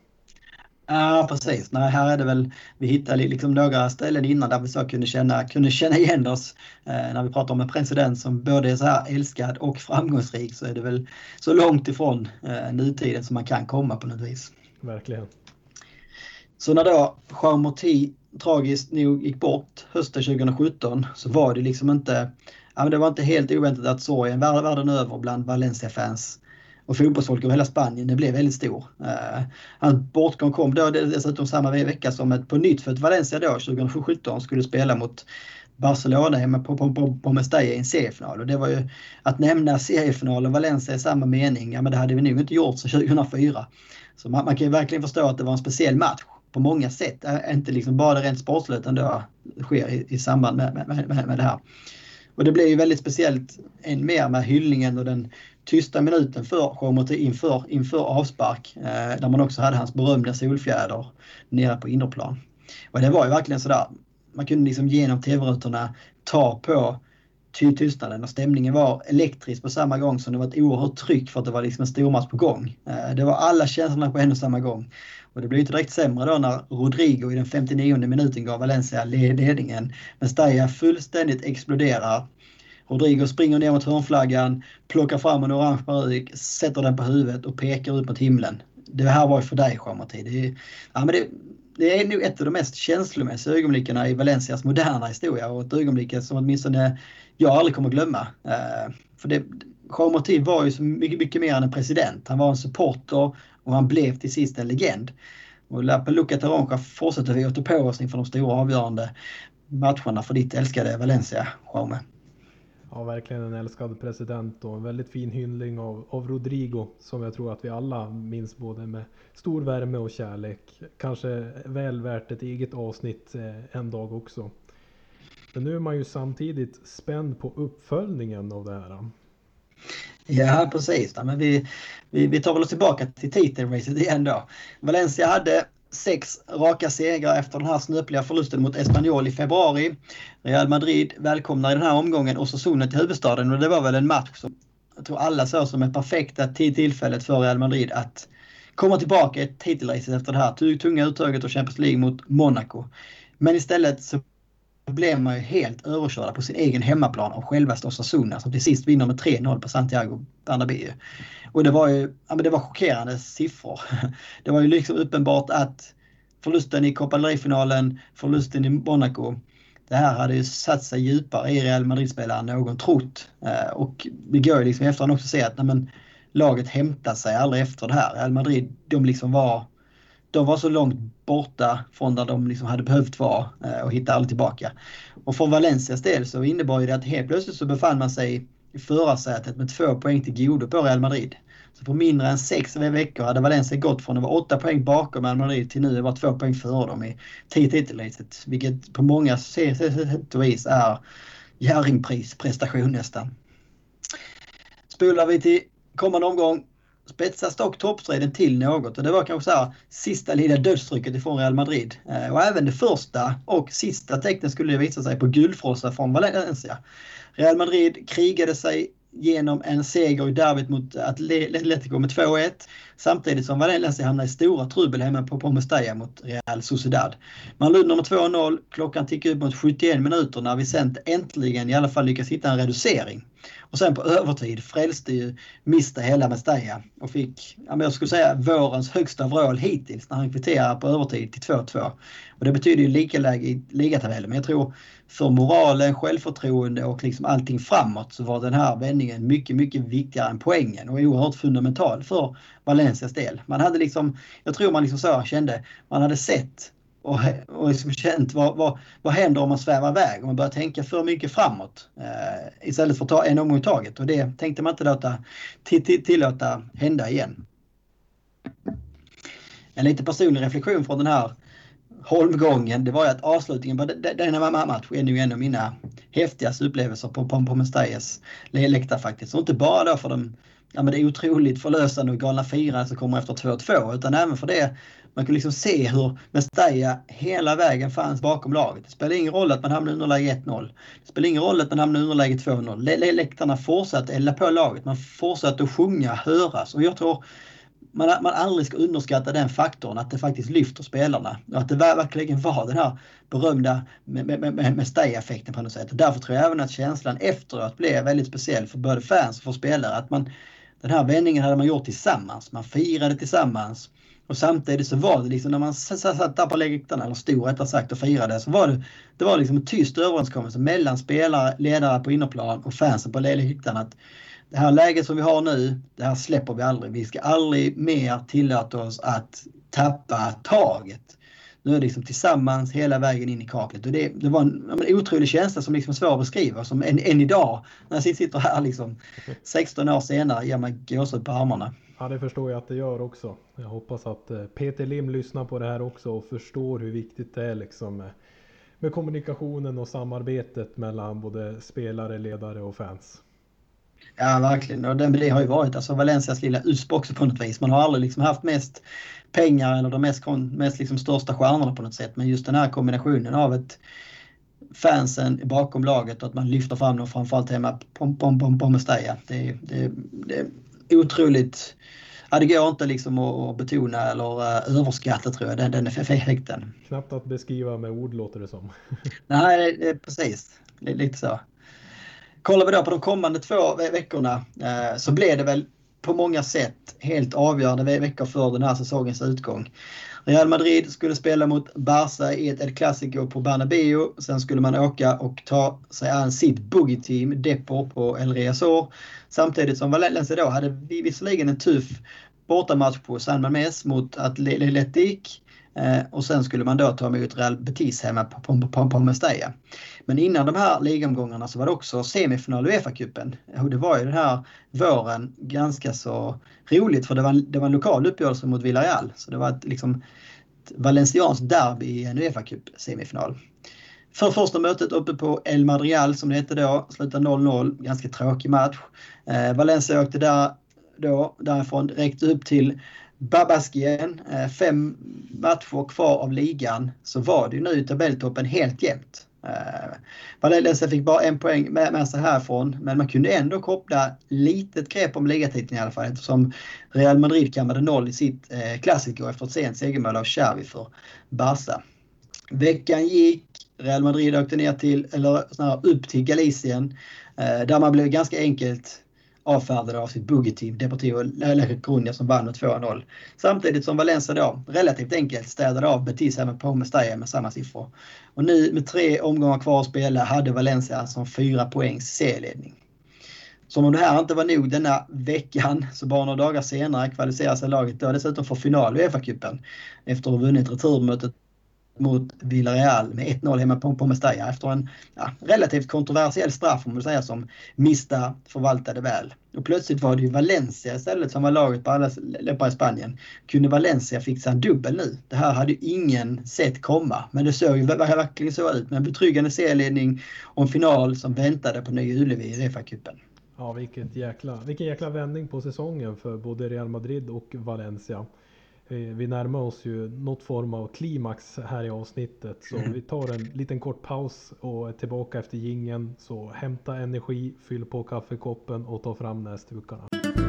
Ja, precis. Nej, här är det väl, vi hittade liksom några ställen innan där vi så kunde känna, kunde känna igen oss. Eh, när vi pratar om en president som både är så här älskad och framgångsrik så är det väl så långt ifrån eh, nutiden som man kan komma på något vis. Verkligen. Så när då Juan Martí tragiskt nog gick bort hösten tjugosjutton så var det liksom inte, ja, men det var inte helt oväntat att sorgen världen över bland Valencia-fans och fotbollsfolk över hela Spanien, det blev väldigt stor. Uh, hans bortgång kom då dessutom samma vecka som ett på nytt för ett Valencia då tjugosjutton skulle spela mot Barcelona hemma på, på, på, på Mestalla i en seriefinal. Och det var ju att nämna seriefinal och Valencia i samma mening, ja men det hade vi nog inte gjort sedan tjugohundrafyra. Så man, man kan ju verkligen förstå att det var en speciell match på många sätt. Äh, inte liksom bara det rent sportsligt utan det sker i, i samband med, med, med, med det här. Och det blev ju väldigt speciellt än mer med hyllningen och den tysta minuten för Juan Martí inför, inför avspark. Eh, där man också hade hans berömda solfjäder nere på innerplan. Och det var ju verkligen sådär. Man kunde liksom genom tv-rutorna ta på ty- tystnaden och stämningen var elektrisk på samma gång som det var ett oerhört tryck för att det var liksom en stor match på gång. Eh, det var alla känslorna på en och samma gång. Och det blev inte direkt sämre då när Rodrigo i den femtionionde minuten gav Valencia ledningen. Men Mestalla fullständigt exploderar. Rodrigo springer ner mot hörnflaggan, plockar fram en orange peruk, sätter den på huvudet och pekar ut mot himlen. Det här var ju för dig, Juan Martí. Det är, ja, men det, det är nog ett av de mest känslomässiga ögonblicken i Valencias moderna historia och ett ögonblick som åtminstone jag aldrig kommer glömma. Uh, för det, Juan Martí var ju så mycket, mycket mer än en president. Han var en supporter och han blev till sist en legend. Och La Peluca Toronja fortsätter vi att ta på oss inför de stora avgörande matcherna för ditt älskade Valencia, Jaume. Ja, verkligen en älskad president och en väldigt fin hyllning av, av Rodrigo som jag tror att vi alla minns både med stor värme och kärlek. Kanske väl värt ett eget avsnitt eh, en dag också. Men nu är man ju samtidigt spänd på uppföljningen av det här. Ja, precis. Men vi, vi, vi tar väl oss tillbaka till titelracet igen då. Valencia hade sex raka segrar efter den här snöpliga förlusten mot Espanyol i februari. Real Madrid välkomnar i den här omgången Osasuna till huvudstaden och det var väl en match som jag tror alla såg som ett perfekta tillfället för Real Madrid att komma tillbaka i titelracet efter det här tunga uttaget och Champions League mot Monaco. Men istället så blev man ju helt överkörda på sin egen hemmaplan av självaste Osasuna som till sist vinner med tre noll på Santiago Bernabéu. Och det var ju ja, men det var chockerande siffror. Det var ju liksom uppenbart att förlusten i Copa del Rey-finalen, förlusten i Monaco, det här hade ju satt sig djupare i Real Madrid-spelaren än någon trott. Och vi går ju liksom efter att också se att nej, men, laget hämtade sig aldrig efter det här. Real Madrid, de liksom var, de var så långt borta från där de liksom hade behövt vara och hittade aldrig tillbaka. Och för Valencias del så innebar det att helt plötsligt så befann man sig i förarsätet med två poäng till godo på Real Madrid. Så på mindre än sex veckor hade Valencia gått från att vara åtta poäng bakom Real Madrid till nu var två poäng före dem i tio titelracet. Vilket på många sätt och vis är Jerringpris prestation nästan. Spolar vi till kommande omgång, spetsas dock toppstriden till något, och det var kanske så här sista lilla dödstrycket ifrån Real Madrid. Och även det första och sista tecknet skulle visa sig på gulfrossa från Valencia. Real Madrid krigade sig genom en seger i derbyt mot Atletico med två ett, samtidigt som Valencia hamnade i stora trubbel hemma på, på Mestalla mot Real Sociedad. Man led nummer två noll, klockan tickade upp mot sjuttioen minuter när Vicente äntligen i alla fall lyckas hitta en reducering. Och sen på övertid frälste ju Mista hela Mestalla och fick, jag skulle säga, vårens högsta vrål hittills när han kvitterar på övertid till två två. Och det betyder ju lika läge i ligatabellen, men jag tror för moralen, självförtroende och liksom allting framåt så var den här vändningen mycket, mycket viktigare än poängen och oerhört fundamental för Valencias del. Man hade liksom, jag tror man liksom så kände, man hade sett och, och liksom känt vad, vad, vad händer om man svävar iväg, om man börjar tänka för mycket framåt eh, istället för att ta en omgång i taget, och det tänkte man inte låta, till, till, tillåta hända igen. En lite personlig reflektion från den här holmgången, det var ju att avslutningen på denna match är nu en av mina häftigaste upplevelser på, på, på Mestallas läktare faktiskt. Och inte bara då för de, ja, men det är otroligt förlösande och galna firare som kommer efter två två, utan även för det man kan liksom se hur Mestalla hela vägen fanns bakom laget. Det spelar ingen roll att man hamnar underläge ett noll. Det spelar ingen roll att man hamnar underläge två noll. Läktarna fortsatte elda på laget. Man fortsatte att sjunga, höras. Och jag tror man, man aldrig ska underskatta den faktorn att det faktiskt lyfter spelarna. Och att det verkligen var den här berömda Mestalla-effekten på något sätt. Och därför tror jag även att känslan efteråt blev väldigt speciell för både fans och för spelare. Att man, den här vändningen hade man gjort tillsammans. Man firade tillsammans. Och samtidigt så var det liksom när man satt där på läktarna, eller stod rättare sagt och firade, så var det, det var liksom en tyst överenskommelse mellan spelare, ledare på innerplan och fansen på läktarna att det här läget som vi har nu, det här släpper vi aldrig. Vi ska aldrig mer tillåta oss att tappa taget. Nu är det liksom tillsammans hela vägen in i kaklet. Och det, det var en, en otrolig känsla som liksom är svår att beskriva. Som än, än idag, när jag sitter här liksom sexton år senare, ger mig gåshud på armarna. Ja, det förstår jag att det gör också. Jag hoppas att Peter Lim lyssnar på det här också och förstår hur viktigt det är liksom med, med kommunikationen och samarbetet mellan både spelare, ledare och fans. Ja, verkligen. Och det har ju varit alltså Valencias lilla U S P också på något vis. Man har aldrig liksom haft mest pengar eller de mest, mest liksom största stjärnorna på något sätt. Men just den här kombinationen av ett fansen bakom laget och att man lyfter fram dem framförallt hemma på, på, på, på Mestalla. Det, det, det är otroligt. Ja, det går inte liksom att betona eller uh, överskatta, tror jag, den, den effekten. Knappt att beskriva med ord, låter det som. Nej, det, det är precis. Det är lite så. Kollar vi då på de kommande två ve- veckorna eh, så blev det väl på många sätt helt avgörande ve- veckor för den här säsongens utgång. Real Madrid skulle spela mot Barca i ett El Clasico på Bernabéu. Sen skulle man åka och ta sig an sitt boogie-team Depor på El Riazor. Samtidigt som Valencia då hade visserligen en tuff bortamatch på San Mamés mot Athletic. Eh, och sen skulle man då ta emot Real Betis hemma på, på, på, på Mestalla. Men innan de här ligomgångarna så var det också semifinal i UEFA-cupen. Och det var ju den här våren ganska så roligt, för det var, det var en lokal uppgörelse mot Villarreal. Så det var ett, liksom, ett valencianskt derby i en UEFA-cup-semifinal. För första mötet uppe på El Madrigal som det hette då, slutade noll noll. Ganska tråkig match. Eh, Valencia åkte där, då, därifrån direkt upp till Babasquien, fem matcher kvar av ligan, så var det ju nu i tabelltoppen helt jämnt. Uh, Valencia fick bara en poäng med, med sig härifrån, men man kunde ändå koppla litet grepp om ligatiteln i alla fall, eftersom Real Madrid kammade noll i sitt eh, klassiker efter ett sent segermål av Xavi för Barca. Veckan gick, Real Madrid åkte ner till, eller snarare upp till Galicien, eh, där man blev ganska enkelt avfärdade av sitt boogie-team Deportivo La Coruña som vann med två noll. Samtidigt som Valencia då relativt enkelt städade av Betis hemma på Mestalla med samma siffror. Och nu med tre omgångar kvar att spela hade Valencia som fyra poängs serieledning. Som om det här inte var nog denna veckan, så bara några dagar senare kvalificerar sig laget då dessutom för final i UEFA-cupen efter att ha vunnit returmötet mot Villarreal med ett noll hemma på, på Mestalla efter en ja, relativt kontroversiell straff om man säga, som Mista förvaltade väl. Och plötsligt var det ju Valencia istället som var laget på alla läppar i Spanien. Kunde Valencia fixa en dubbel nu? Det här hade ju ingen sett komma, men det såg ju verkligen så ut med en betryggande serieledning och en final som väntade på Nya Ullevi i UEFA-cupen. Ja, vilket jäkla, vilken jäkla vändning på säsongen för både Real Madrid och Valencia. Vi närmar oss ju något form av klimax här i avsnittet, så vi tar en liten kort paus och är tillbaka efter jingeln. Så hämta energi, fyll på kaffekoppen och ta fram näsdukarna.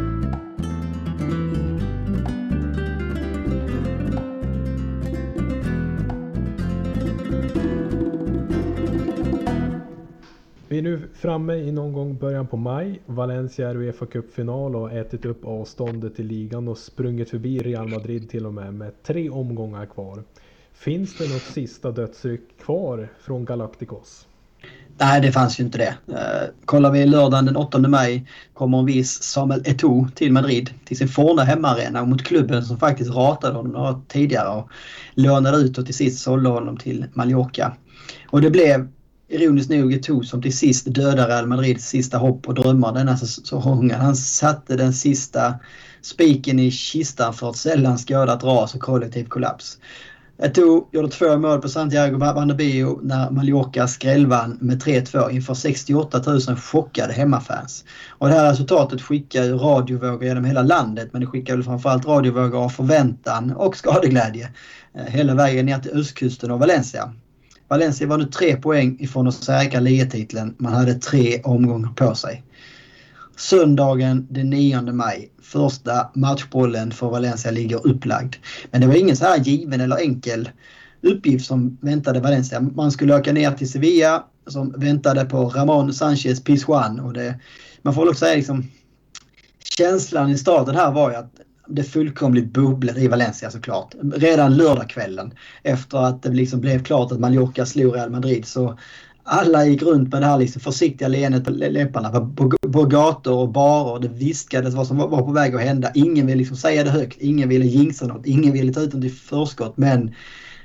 Vi är nu framme i någon gång början på maj. Valencia är UEFA Cup-final och har ätit upp avståndet till ligan och sprungit förbi Real Madrid till och med med tre omgångar kvar. Finns det något sista dödsryck kvar från Galacticos? Nej, det fanns ju inte det. Uh, kollar vi lördagen den åttonde maj kommer en viss Samuel Eto'o till Madrid, till sin forna hemmaarena mot klubben som faktiskt ratade honom några tidigare och lånade ut och till sist sålde honom till Mallorca. Och det blev ironiskt nog Eto'o som till sist dödade Real Madrids sista hopp och drömmar denna säsongen. Han satte den sista spiken i kistan för ett sällan skådat ras och kollektiv kollaps. Eto'o gjorde två mål på Santiago Bernabéu när Mallorca skrällvann med tre två inför sextioåtta tusen chockade hemmafans. Och det här resultatet skickar ju radiovågor genom hela landet, men det skickar väl framförallt radiovågor av förväntan och skadeglädje hela vägen ner till östkusten av Valencia. Valencia var nu tre poäng ifrån att säkra ligatiteln. Man hade tre omgångar på sig. Söndagen den nionde maj. Första matchbollen för Valencia ligger upplagd. Men det var ingen så här given eller enkel uppgift som väntade Valencia. Man skulle åka ner till Sevilla som väntade på Ramon Sanchez Pizjuan. Och det, man får också säga liksom, känslan i starten här var ju att det fullkomligt bubblade i Valencia såklart. Redan lördagskvällen efter att det liksom blev klart att Mallorca slog Real Madrid, så alla gick runt med det här liksom försiktiga leendet på läpparna på, på gator och barer. Det viskades vad som var, var på väg att hända. Ingen ville liksom säga det högt. Ingen ville jinxa något. Ingen ville ta ut något i förskott. Men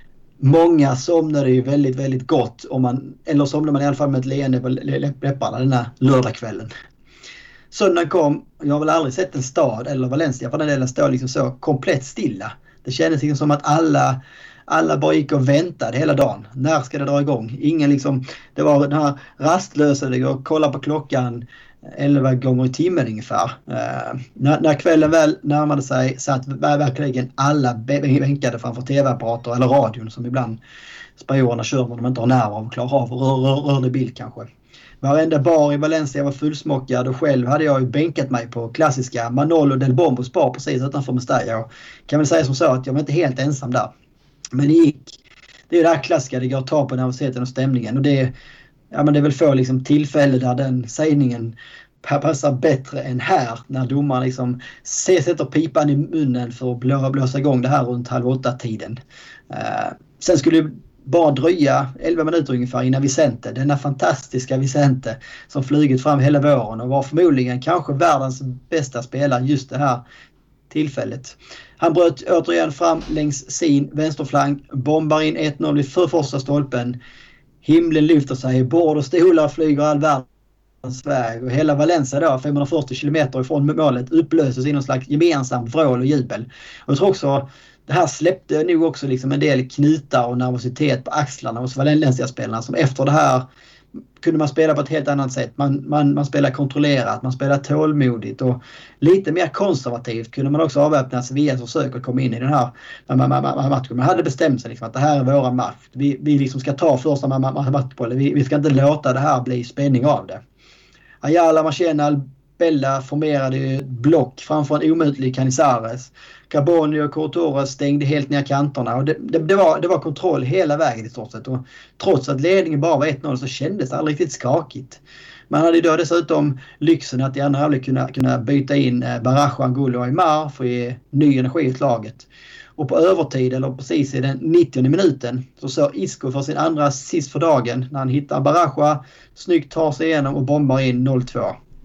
många somnade ju väldigt, väldigt gott. Om man, eller somnade man i alla fall med ett leende på läpparna den här lördagskvällen. Söndagen kom, jag har väl aldrig sett en stad eller Valencia för den delen stå liksom så komplett stilla. Det kändes liksom som att alla, alla bara gick och väntade hela dagen. När ska det dra igång? Ingen liksom, det var den här rastlösa, det går och kolla på klockan elva gånger i timmen ungefär. Uh, när, när kvällen väl närmade sig så att verkligen alla bänkade framför tv-apparater eller radion som ibland spanjorerna kör när de inte har nerver av att klara av och rör, rör, rörlig bild kanske. Varenda bar i Valencia var fullsmockad och själv hade jag ju bänkat mig på klassiska Manolo del Bombos bar precis utanför Mestalla. Jag kan väl säga som så att jag var inte helt ensam där. Men det gick, det är ju det här klassiska, det går att ta på nervositeten och stämningen. Och det, ja, men det är väl få liksom tillfälle där den sägningen passar bättre än här. När domaren liksom sätter pipan i munnen för att blå, blåsa igång det här runt halv åtta tiden. Uh, sen skulle det bara dröja elva minuter ungefär innan Vicente, denna fantastiska Vicente som flugit fram hela våren och var förmodligen kanske världens bästa spelare just det här tillfället. Han bröt återigen fram längs sin vänsterflank, bombar in ett noll vid för första stolpen. Himlen lyfter sig, bord och stolar flyger all världens väg och hela Valencia då, femhundrafyrtio kilometer ifrån målet, upplöses i någon slags gemensam vrål och jubel. Och jag tror också det här släppte nog också liksom en del knutar och nervositet på axlarna hos Valencia-spelarna som efter det här kunde man spela på ett helt annat sätt. Man, man, man spelar kontrollerat, man spelar tålmodigt och lite mer konservativt kunde man också avväpna Sevillas försök att komma in i den här matchen. Man hade bestämt sig liksom att det här är våran match. Vi, vi liksom ska ta första matchbollen. Vi, vi ska inte låta det här bli spänning av det. Ayala, Marcena, Bella formerade ett block framför en omutlig Canizares. Carboni och Cortores stängde helt ner kanterna och det, det, det, var, det var kontroll hela vägen i stort sett. Och trots att ledningen bara var ett noll så kändes det aldrig riktigt skakigt. Man hade då dessutom lyxen att i andra halvlek kunna, kunna byta in Barajo, Angulo och Aymar för att ge ny energi i laget. Och på övertid, eller precis i den nittionde minuten, så såg Isco för sin andra assist för dagen när han hittar Barajo, snyggt tar sig igenom och bombar in noll två.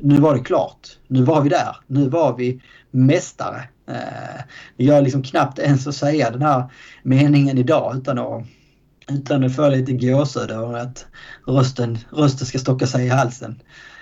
nu var det klart. Nu var vi där. Nu var vi mästare. Eh, jag liksom knappt ens att säga den här meningen idag utan att, utan att få lite gåshud över att rösten, rösten ska stocka sig i halsen.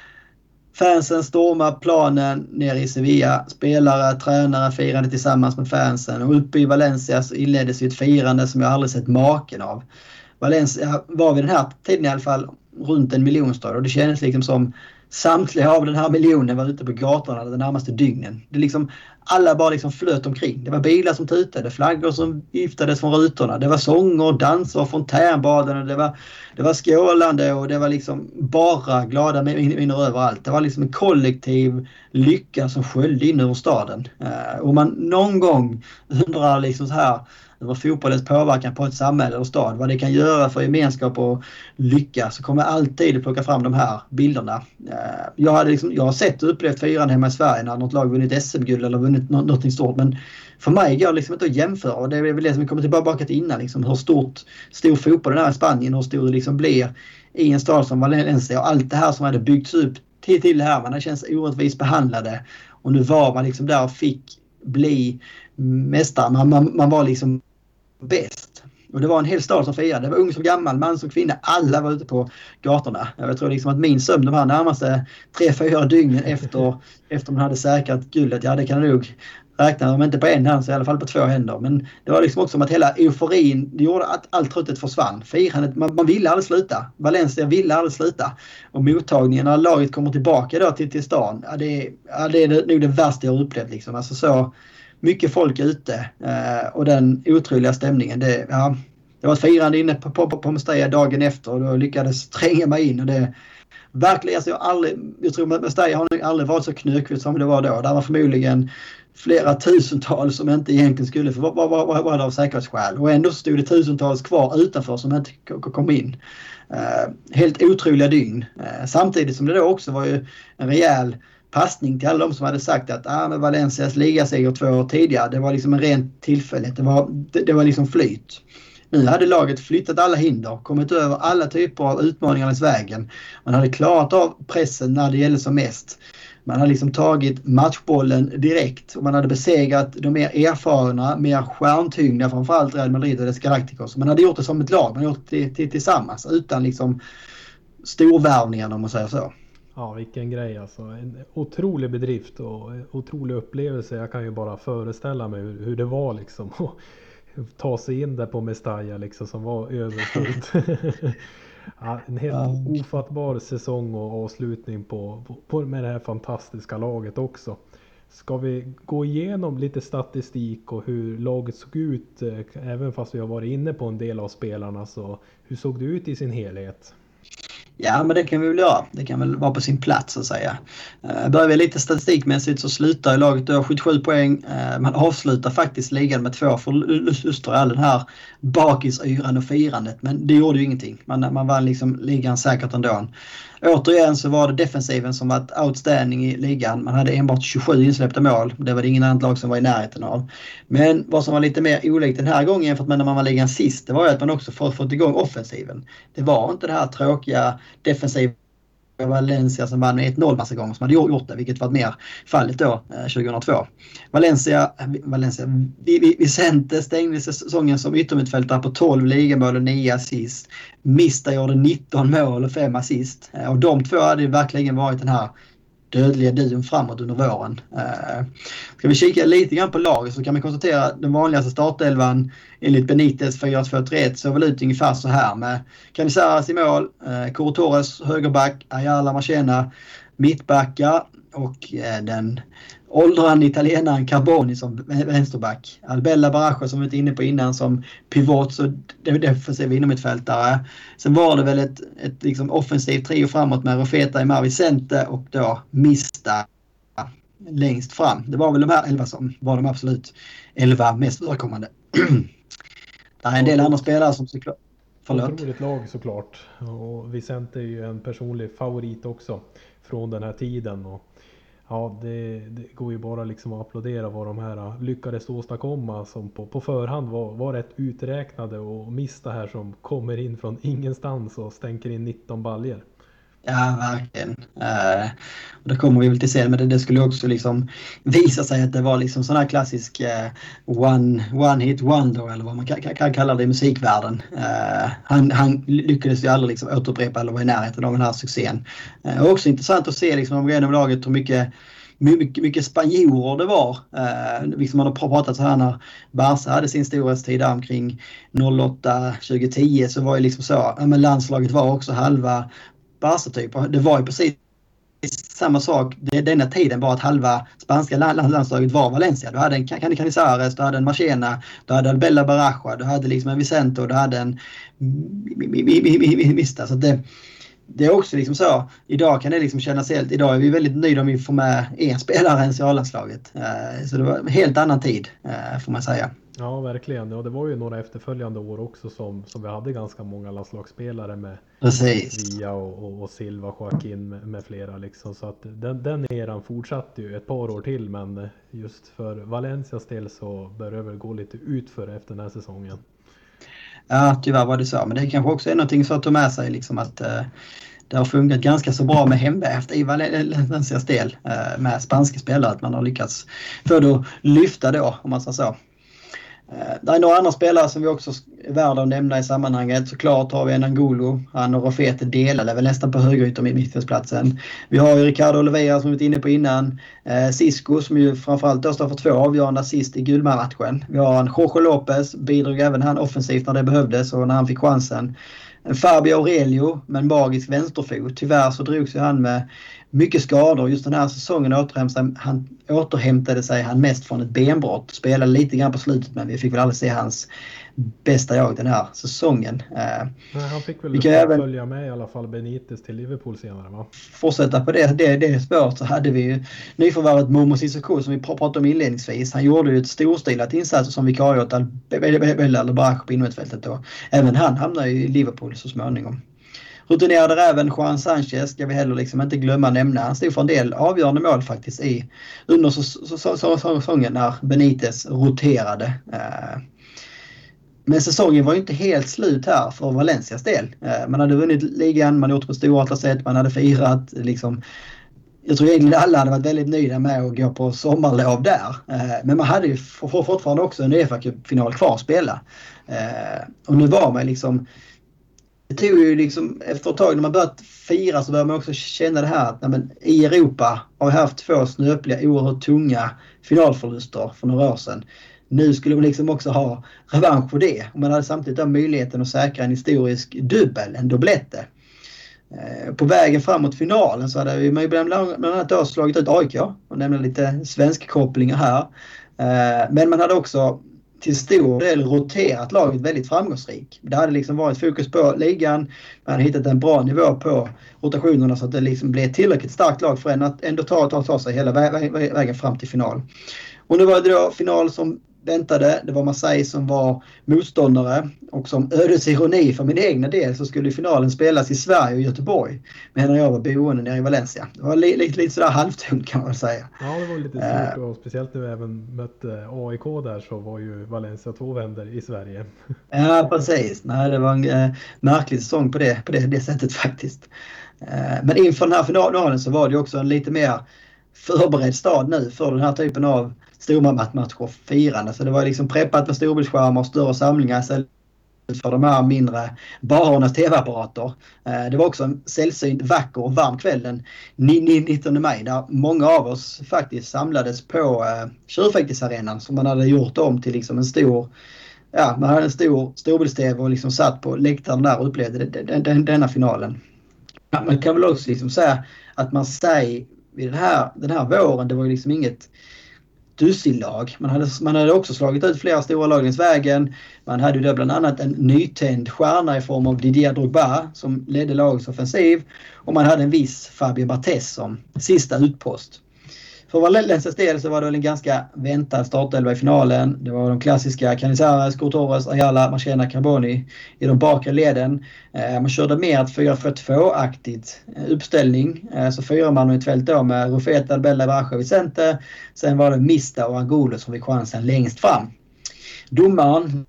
Fansen stormar planen ner i Sevilla. Spelare, tränare firade tillsammans med fansen. Och uppe i Valencia så inleddes ett firande som jag aldrig sett maken av. Valencia var vid den här tiden i alla fall runt en miljonstad. Och det kändes liksom som samtliga av den här miljonen var ute på gatorna de närmaste dygnen. Det liksom, alla bara liksom flöt omkring. Det var bilar som tutade, flaggor som giftades från rutorna. Det var sånger, danser, fontänbaden. Det var, det var skålande och det var liksom bara glada miner överallt. Det var liksom en kollektiv lycka som sköljde in över staden. Uh, och man någon gång undrar liksom så här över fotbollens påverkan på ett samhälle och stad, vad det kan göra för gemenskap och lycka, så kommer jag alltid plocka fram de här bilderna. Jag, hade liksom, jag har sett och upplevt firande hemma i Sverige när något lag vunnit S M-guld eller vunnit något stort, men för mig går det liksom inte att jämföra, och det är väl det som vi kommer tillbaka till innan, liksom, hur stort, stor fotboll den här i Spanien, hur stor det liksom blir i en stad som Valencia, och allt det här som hade byggts upp till, till det här, man känns orättvist behandlade, och nu var man liksom där och fick bli mästare, man, man, man var liksom bäst. Och det var en hel stad som firade. Det var ung som gammal, man som kvinna. Alla var ute på gatorna. Jag tror liksom att min sömn de här närmaste tre, fyra dygnen efter, efter man hade säkrat guldet, ja det kan jag nog räkna, om inte på en hand så i alla fall på två händer. Men det var liksom också som att hela euforin, det gjorde att allt tröttet försvann. Firandet, man, man ville aldrig sluta. Valencia ville aldrig sluta. Och mottagningen när laget kommer tillbaka då till, till stan, ja det, ja det är nog det värsta jag har upplevt liksom. Alltså så mycket folk ute eh, och den otroliga stämningen. Det, ja, det var ett firande inne på, på, på Mestalla dagen efter, och då lyckades tränga mig in. Och det verkligen, alltså jag, aldrig, jag tror att Mestalla har nog aldrig varit så knökvitt som det var då. Det var förmodligen flera tusentals som inte egentligen skulle, för vad var, var, var det av säkerhetsskäl. Och ändå stod det tusentals kvar utanför som inte kom in. Eh, helt otroliga dygn. Eh, samtidigt som det då också var ju en rejäl passning till alla de som hade sagt att ah, men Valencias ligaseger två år tidigare, det var liksom en ren tillfällighet. Det var, det, det var liksom flyt. Nu hade laget flyttat alla hinder, kommit över alla typer av utmaningar i vägen. Man hade klarat av pressen när det gällde som mest. Man hade liksom tagit matchbollen direkt och man hade besegrat de mer erfarna, mer stjärntyngda, framförallt Real Madrid och dess Galacticos. Man hade gjort det som ett lag, man hade gjort det till, tillsammans utan liksom storvärvningar om man säger så. Ja, vilken grej alltså. En otrolig bedrift och otrolig upplevelse. Jag kan ju bara föreställa mig hur, hur det var liksom. Ta sig in där på Mestalla liksom, som var överfullt. Ja, en helt ja. ofattbar säsong och avslutning på, på, med det här fantastiska laget också. Ska vi gå igenom lite statistik och hur laget såg ut, även fast vi har varit inne på en del av spelarna, så hur såg det ut i sin helhet? Ja, men det kan vi väl göra. Det kan väl vara på sin plats att säga. Uh, börjar vi lite statistikmässigt så slutar laget då sjuttiosju poäng. Uh, man avslutar faktiskt ligan med två förluster i all den här bakisyran och firandet. Men det gjorde ju ingenting. Man, man vann liksom ligan säkert ändå. Återigen så var det defensiven som var outstanding i ligan. Man hade enbart tjugosju insläppta mål. Det var det ingen annan lag som var i närheten av. Men vad som var lite mer olikt den här gången jämfört med när man var ligan sist, det var ju att man också fått, fått igång offensiven. Det var inte det här tråkiga defensiva Valencia som vann med ett noll massa gånger som hade gjort det, vilket var mer fallet då tjugohundratvå. Valencia, Valencia Vicente stängde säsongen som yttermittfältare på tolv ligamål och nio assist. Mista gjorde nitton mål och fem assist. Och de två hade verkligen varit den här dödliga duon framåt under våren. Uh, ska vi kika lite grann på laget så kan man konstatera att den vanligaste startelvan enligt Benitez fyra två tre ett såg väl ut ungefär så här med Canizares i mål, uh, Coro Torres högerback, Ayala Marchena mittbackar och uh, den åldrande italienaren Carboni som vänsterback. Albella Baraja som vi inte inne på innan som pivot, så defensiv inomhittfältare. Sen var det väl ett, ett liksom offensivt trio framåt med Rofeta, Imar, Vicente och då Mista längst fram. Det var väl de här elva som var de absolut elva mest förekommande. Det är en del andra spelare som såklart... Förlåt. Otroligt lag såklart. Och Vicente är ju en personlig favorit också från den här tiden. Och ja, det, det går ju bara liksom att applådera vad de här lyckades åstadkomma som på, på förhand var, var rätt uträknade, och Mista här som kommer in från ingenstans och stänker in nitton baljer. Ja, verkligen. Uh, och det kommer vi väl till sen, men det, det skulle också liksom visa sig att det var liksom sån här klassisk uh, one, one hit wonder, eller vad man kan, kan kalla det i musikvärlden. Uh, han, han lyckades ju aldrig liksom återupprepa eller vara i närheten av den här succén. Uh, och också intressant att se liksom, om vi genom laget hur mycket mycket, mycket spanjorer det var. Eh, liksom man har pratat så här när Barca hade sin storhetstid där omkring noll åtta tjugo tio, så var ju liksom så, ja, men landslaget var också halva Barca typ. Det var ju precis samma sak det, denna tiden, bara att halva spanska landslaget var Valencia. Du hade en Canizares, du hade en Marchena, du hade en Bella Baraja, du hade liksom en Vicente och du hade en Mista. Så det Det är också liksom så, idag kan det liksom kännas helt, idag är vi väldigt nöjda om vi får med en spelare än i A-landslaget. Så det var en helt annan tid, får man säga. Ja, verkligen. Och det var ju några efterföljande år också som, som vi hade ganska många landslagsspelare med. Precis. Via och, och, och Silva, Joaquin med, med flera liksom. Så att den, den eran fortsatte ju ett par år till, men just för Valencias del så bör det väl gå lite utför efter den här säsongen. Ja, tyvärr var det så. Men det kanske också är någonting som att ta med sig liksom att uh, det har fungerat ganska så bra med hemvävt i Valencias del uh, med spanska spelare, att man har lyckats för att lyfta då, om man säger så. Uh, det är några andra spelare som vi också är värda att nämna i sammanhanget. Såklart har vi en Angulo. Han och Rafete delade väl nästan på högerytor i mittfältsplatsen. Vi har ju Ricardo Oliveira som vi varit inne på innan. Eh, Cisco som ju framförallt då står för två avgörande assist i Gulman-matchen. Vi har en Jorge Lopez, bidrog även han offensivt när det behövdes och när han fick chansen. Fabio Aurelio med en magisk vänsterfot. Tyvärr så drogs ju han med mycket skador. Just den här säsongen återhämtade, han, återhämtade sig han mest från ett benbrott. Spelade lite grann på slutet, men vi fick väl aldrig se hans bästa jag den här säsongen. Nej, han fick väl även följa med i alla fall Benitez till Liverpool senare, va? Fortsätta på det, det, det spåret, så hade vi ju nyförvärvet Momo Sissoko som vi pratade om inledningsvis. Han gjorde ju ett storstilat insats som vikarie åt Bella Baraja på innermittfältet då. Även han hamnade i Liverpool så småningom. Rutinerade även Juan Sanchez, ska vi heller liksom inte glömma nämna. Han stod för en del avgörande mål faktiskt i under säsongen när Benitez roterade. Men säsongen var ju inte helt slut här för Valencias del. Man hade vunnit ligan, man hade gjort på stora sätt, man hade firat liksom. Jag tror egentligen alla hade varit väldigt nöjda med att gå på sommarlov där. Men man hade ju fortfarande också en UEFA Cup-final kvar att spela. Och nu var man liksom, det tog ju liksom, efter ett tag när man börjat fira så börjar man också känna det här att nej, men i Europa har vi haft två snöpliga, oerhört tunga finalförluster för några år sedan. Nu skulle man liksom också ha revansch på det. Och man hade samtidigt då möjligheten att säkra en historisk dubbel, en dubblette. Eh, på vägen framåt finalen så hade man ju bland annat då slagit ut A I K och nämna lite svenska kopplingar här. Eh, men man hade också till stor del roterat laget väldigt framgångsrikt. Det hade liksom varit fokus på ligan. Man hade hittat en bra nivå på rotationerna så att det liksom blev ett tillräckligt starkt lag för en att ändå ta, ta, ta sig hela vä- vä- vägen fram till final. Och nu var det då final som väntade. Det var Marseille som var motståndare, och som ödets ironi för min egna del så skulle finalen spelas i Sverige och Göteborg medan jag var boende nere i Valencia. Det var lite, lite, lite sådär halvtomt kan man väl säga. Ja, det var lite svårt, och speciellt när vi även mötte A I K där så var ju Valencia två vänder i Sverige. Ja, precis. Nej, det var en äh, märklig säsong på det, på det, det sättet faktiskt. Äh, men inför den här finalen så var det också en lite mer förberedd stad nu för den här typen av stormatcher och firande. Så det var liksom preppat med storbildsskärmar och större samlingar för de här mindre barernas tv-apparater. Det var också en sällsynt vacker och varm kväll den nittonde maj där många av oss faktiskt samlades på Tjurfäktisarenan som man hade gjort om till liksom en stor, ja, man hade en stor storbilds-tv och liksom satt på läktaren där och upplevde den, den, denna finalen. Man kan väl också liksom säga att man säger vid den här, den här våren, det var ju liksom inget dussinlag. Man hade, man hade också slagit ut flera stora lag längs vägen. Man hade ju då bland annat en nytänd stjärna i form av Didier Drogba som ledde lagets offensiv. Och man hade en viss Fabio Barthez som sista utpost. För Valencias del så var det väl en ganska väntad startelva i finalen. Det var de klassiska Canizares, Torres, Ayala, Marchena, Carboni i de bakre leden. Man körde mer ett fyra fyra två-aktigt uppställning. Så fyra man i ett fält då med Rufeta, Bella, Baraja, Vicente. Sen var det Mista och Angulo som fick chansen längst fram. Domaren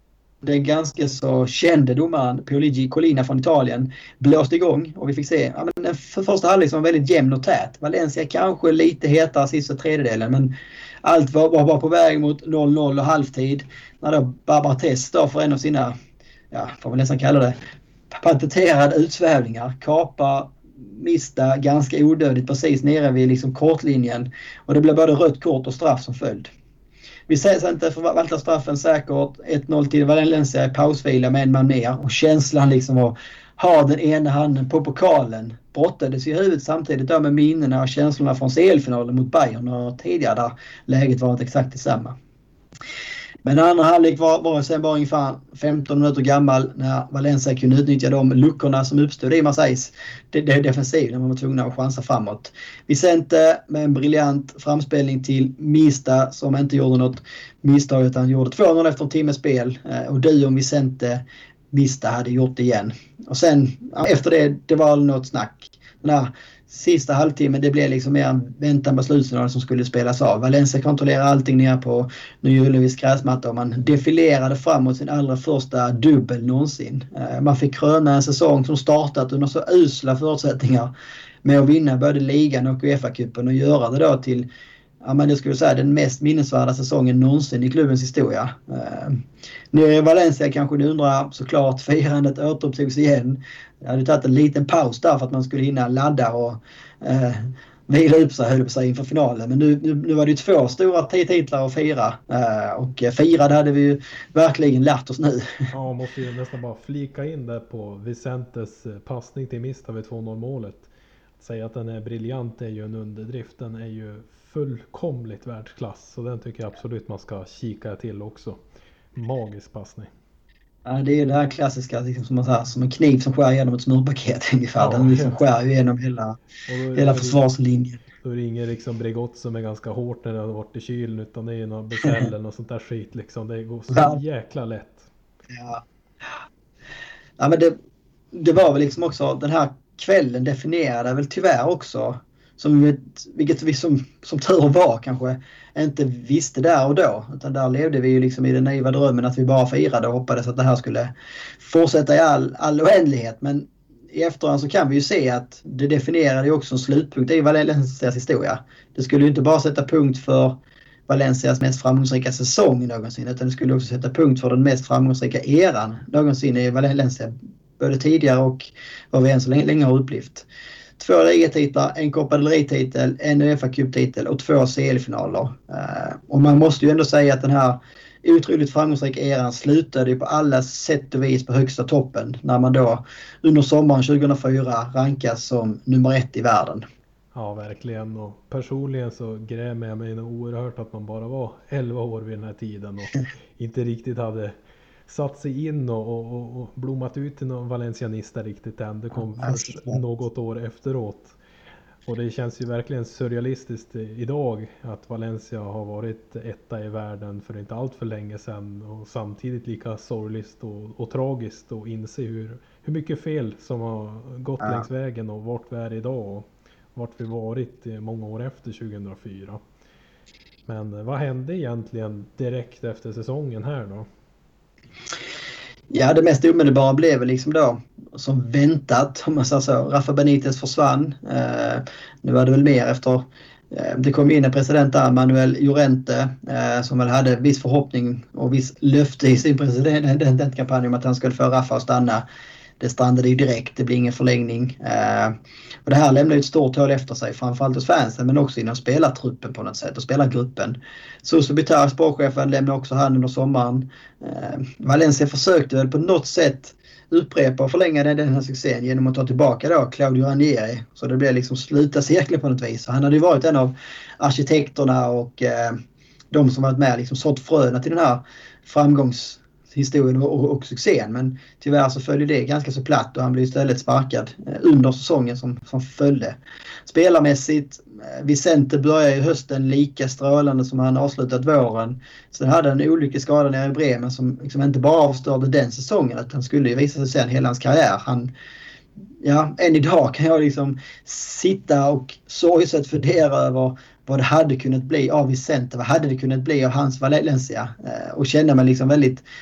den ganska så kände domaren Pierluigi Collina från Italien blåste igång och vi fick se ja, men för första halvlek som var väldigt jämn och tät. Valencia kanske lite hetare sista tredjedelen, men allt var, var bara på väg mot noll noll och halvtid när då Barbates då för en av sina, ja, får man nästan kalla det, patenterade utsvävningar kapar Mista ganska odödigt precis nere vid liksom kortlinjen och det blev både rött kort och straff som följd. Vi säger inte förvaltar straffen säkert ett noll till Valencia i pausvila med en man mer och känslan liksom att ha den ena handen på pokalen brottades i huvudet samtidigt då med minnena och känslorna från C L-finalen mot Bayern och tidigare där läget var inte exakt detsamma. Men den andra halvlek var, var sen bara ungefär femton minuter gammal när Valencia kunde utnyttja de luckorna som uppstod i Marseilles det, det defensiv när man var tvungna att chansa framåt. Vicente med en briljant framspelning till Mista som inte gjorde något misstag utan gjorde två noll efter en timmes spel och duon Vicente Mista hade gjort det igen. Och sen efter det, det var något snack. Den här sista halvtimmen det blev liksom mer en väntan på slutsignalen som skulle spelas av. Valencia kontrollerade allting ner på Nya Ullevis gräsmatta och man defilerade framåt sin allra första dubbel någonsin. Man fick kröna en säsong som startat under så usla förutsättningar med att vinna både ligan och UEFA-cupen och göra det då till, ja, men jag skulle säga den mest minnesvärda säsongen någonsin i klubbens historia. Uh, nere i Valencia kanske ni undrar såklart firandet återupptogs igen. Det hade tagit en liten paus där för att man skulle hinna ladda och uh, vila upp sig, höll på sig inför finalen. Men nu, nu, nu var det ju två stora titlar att fira. Uh, och firade hade vi ju verkligen lärt oss nu. Ja, måste ju nästan bara flika in där på Vicentes passning till Mista vid två noll målet. Att säga att den är briljant är ju en underdrift. Den är ju fullkomligt världsklass. Så den tycker jag absolut man ska kika till också. Magisk passning. Ja, det är det här klassiska liksom, som, man säger, som en kniv som skär igenom ett smörpaket ungefär. Ja, den liksom skär igenom hela, hela försvarslinjen. Då är det ingen liksom Bregott som är ganska hårt när det har varit i kylen utan det är någon Becell och sånt där skit liksom. Det går så ja. jäkla lätt. Ja, ja men det, det var väl liksom också den här kvällen definierade väl tyvärr också som vi, vilket vi som, som tur var kanske inte visste där och då. Utan där levde vi ju liksom i den naiva drömmen att vi bara firade och hoppades att det här skulle fortsätta i all, all oändlighet. Men i efterhand så kan vi ju se att det definierade ju också en slutpunkt i Valencias historia. Det skulle ju inte bara sätta punkt för Valencias mest framgångsrika säsong någonsin utan det skulle också sätta punkt för den mest framgångsrika eran någonsin i Valencia. Både tidigare och vad vi än så länge, länge har upplevt. Två ligatitlar, en Copa del Rey-titel, en UEFA-cup-titel och två C L-finaler. Uh, och man måste ju ändå säga att den här otroligt framgångsrika eran slutade ju på alla sätt och vis på högsta toppen när man då under sommaren tjugohundrafyra rankas som nummer ett i världen. Ja, verkligen. Och personligen så grämer jag mig oerhört att man bara var elva år vid den här tiden och inte riktigt hade satt sig in och, och, och blommat ut till någon valencianista riktigt än. Det kom först något år efteråt. Och det känns ju verkligen surrealistiskt idag att Valencia har varit etta i världen för inte allt för länge sedan. Och samtidigt lika sorgligt och, och tragiskt att inse hur, hur mycket fel som har gått ja. längs vägen och vart vi är idag och vart vi varit många år efter tjugohundrafyra. Men vad hände egentligen direkt efter säsongen här då? Ja, det mest omedelbara blev väl liksom då som väntat, om man säger så. Rafa Benitez försvann. Eh, nu var det väl mer efter, eh, det kom in en president där, Manuel Llorente, eh, som väl hade viss förhoppning och viss löfte i sin presidentkampanj om att han skulle få Rafa att stanna. Det strandade ju direkt, det blir ingen förlängning. Eh, och det här lämnar ju ett stort hål efter sig, framförallt hos fansen men också inom spelartruppen på något sätt och spelargruppen. Suso Bitar, sportchefen, lämnar också han under sommaren. Eh, Valencia försökte väl på något sätt upprepa och förlänga den, den här succén genom att ta tillbaka då Claudio Ranieri. Så det blev liksom sluta cirkeln på något vis. Så han hade ju varit en av arkitekterna och eh, de som varit med liksom sått fröna till den här framgångs historien och, och, och succén, men tyvärr så följde det ganska så platt och han blev istället sparkad eh, under säsongen som, som följde. Spelarmässigt, eh, Vicente började i hösten lika strålande som han avslutat våren. Sen hade han en olycksskada nere i Bremen som liksom inte bara avstörde den säsongen utan skulle ju visa sig sen hela hans karriär. Han, ja, än idag kan jag liksom sitta och sorgset fundera över vad det hade kunnat bli av Vicente, vad hade det kunnat bli av hans Valencia eh, och känna mig liksom väldigt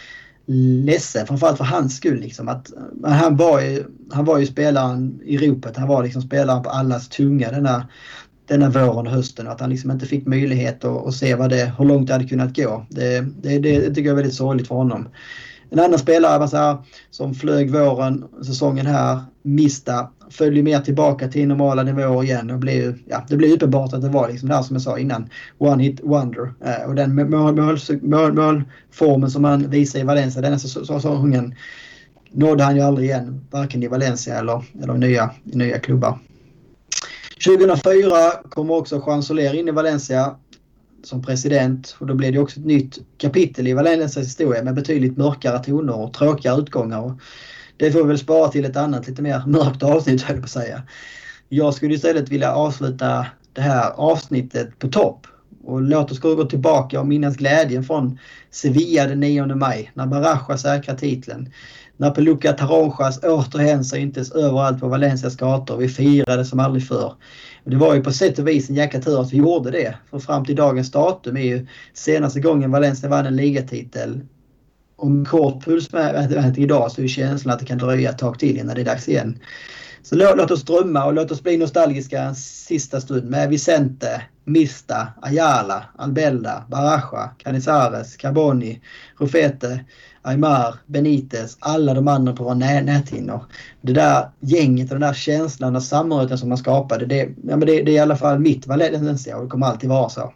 ledsen, framförallt för hans skull. Liksom, att, han, var ju, han var ju spelaren i ropet, han var liksom spelaren på allas tunga denna, denna våren och hösten. Och att han liksom inte fick möjlighet att, att se vad det, hur långt det hade kunnat gå. Det, det, det tycker jag är väldigt sorgligt för honom. En annan spelare var så här, som flög våren, säsongen här, Mista, följde mer tillbaka till normala nivåer igen och blev, ja, det blev uppenbart att det var liksom det här som jag sa innan, one hit wonder. Eh, och den mål, mål, mål, målformen som han visade i Valencia, den säsongen nådde han ju aldrig igen, varken i Valencia eller, eller i nya, i nya klubbar. tjugohundrafyra kommer också Juan Soler in i Valencia som president, och då blev det också ett nytt kapitel i Valencias historia med betydligt mörkare toner och tråkiga utgångar. Och det får vi väl spara till ett annat, lite mer mörkt avsnitt, höll jag på att säga. Jag skulle istället vilja avsluta det här avsnittet på topp. Och låt oss gå tillbaka och minnas glädjen från Sevilla den nionde maj, när Baraja säkrar titeln. När Peluca Taronjas återigen syntes överallt på Valencias gator. Vi firade som aldrig förr. Och det var ju på sätt och vis en jäkla tur att vi gjorde det. För fram till dagens datum är ju senaste gången Valencia vann en ligatitel. Om kort puls med idag så är känslan att det kan dröja ett tag till innan det är dags igen. Så låt, låt oss drömma och låt oss bli nostalgiska en sista stund med Vicente, Mista, Ayala, Albelda, Baraja, Canizares, Carboni, Rufete, Aymar, Benitez, alla de andra på våra nä- näthinnor. Det där gänget och den där känslan och samhörigheten som man skapade, det, ja, men det, det är i alla fall mitt Valencia och det kommer alltid vara så.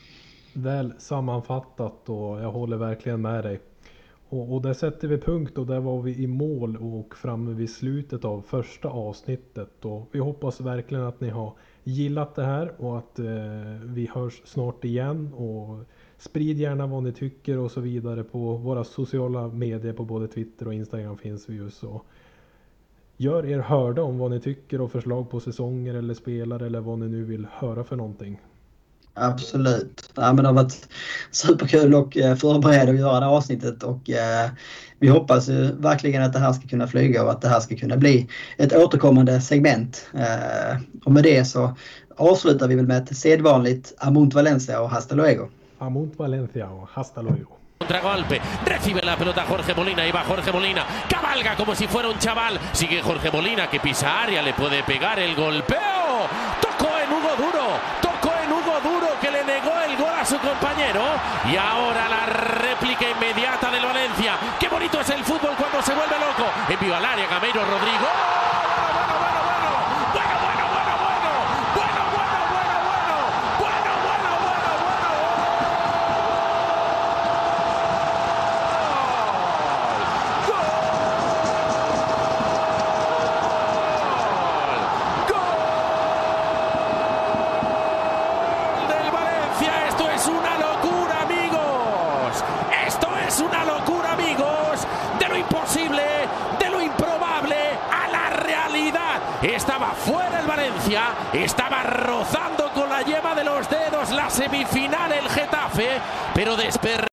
Väl sammanfattat, och jag håller verkligen med dig. Och, och där sätter vi punkt, och där var vi i mål och framme vid slutet av första avsnittet. Och vi hoppas verkligen att ni har gillat det här och att eh, vi hörs snart igen. Och sprid gärna vad ni tycker och så vidare på våra sociala medier, på både Twitter och Instagram finns vi ju. Så gör er hörda om vad ni tycker och förslag på säsonger eller spelare eller vad ni nu vill höra för någonting. Absolut. Ja, men det har varit superkul och eh, förbereda att göra det här avsnittet, och eh, vi hoppas ju verkligen att det här ska kunna flyga och att det här ska kunna bli ett återkommande segment. Eh, och med det så avslutar vi väl med ett sedvanligt Amunt Valencia och hasta luego. Amunt Valencia och hasta luego. Contragolpe, recibe la pelota Jorge Molina y va Jorge Molina, cabalga como si fuera un chaval, sigue Jorge Molina que pisa área, le puede pegar el golpeo, tocó en Hugo Duro, tocó en Hugo Duro que le negó el gol a su compañero, y ahora la réplica inmediata del Valencia. Qué bonito es el fútbol cuando se vuelve loco, envío al área Gameiro Rodrigo. Estaba fuera el Valencia, estaba rozando con la yema de los dedos la semifinal el Getafe, pero desper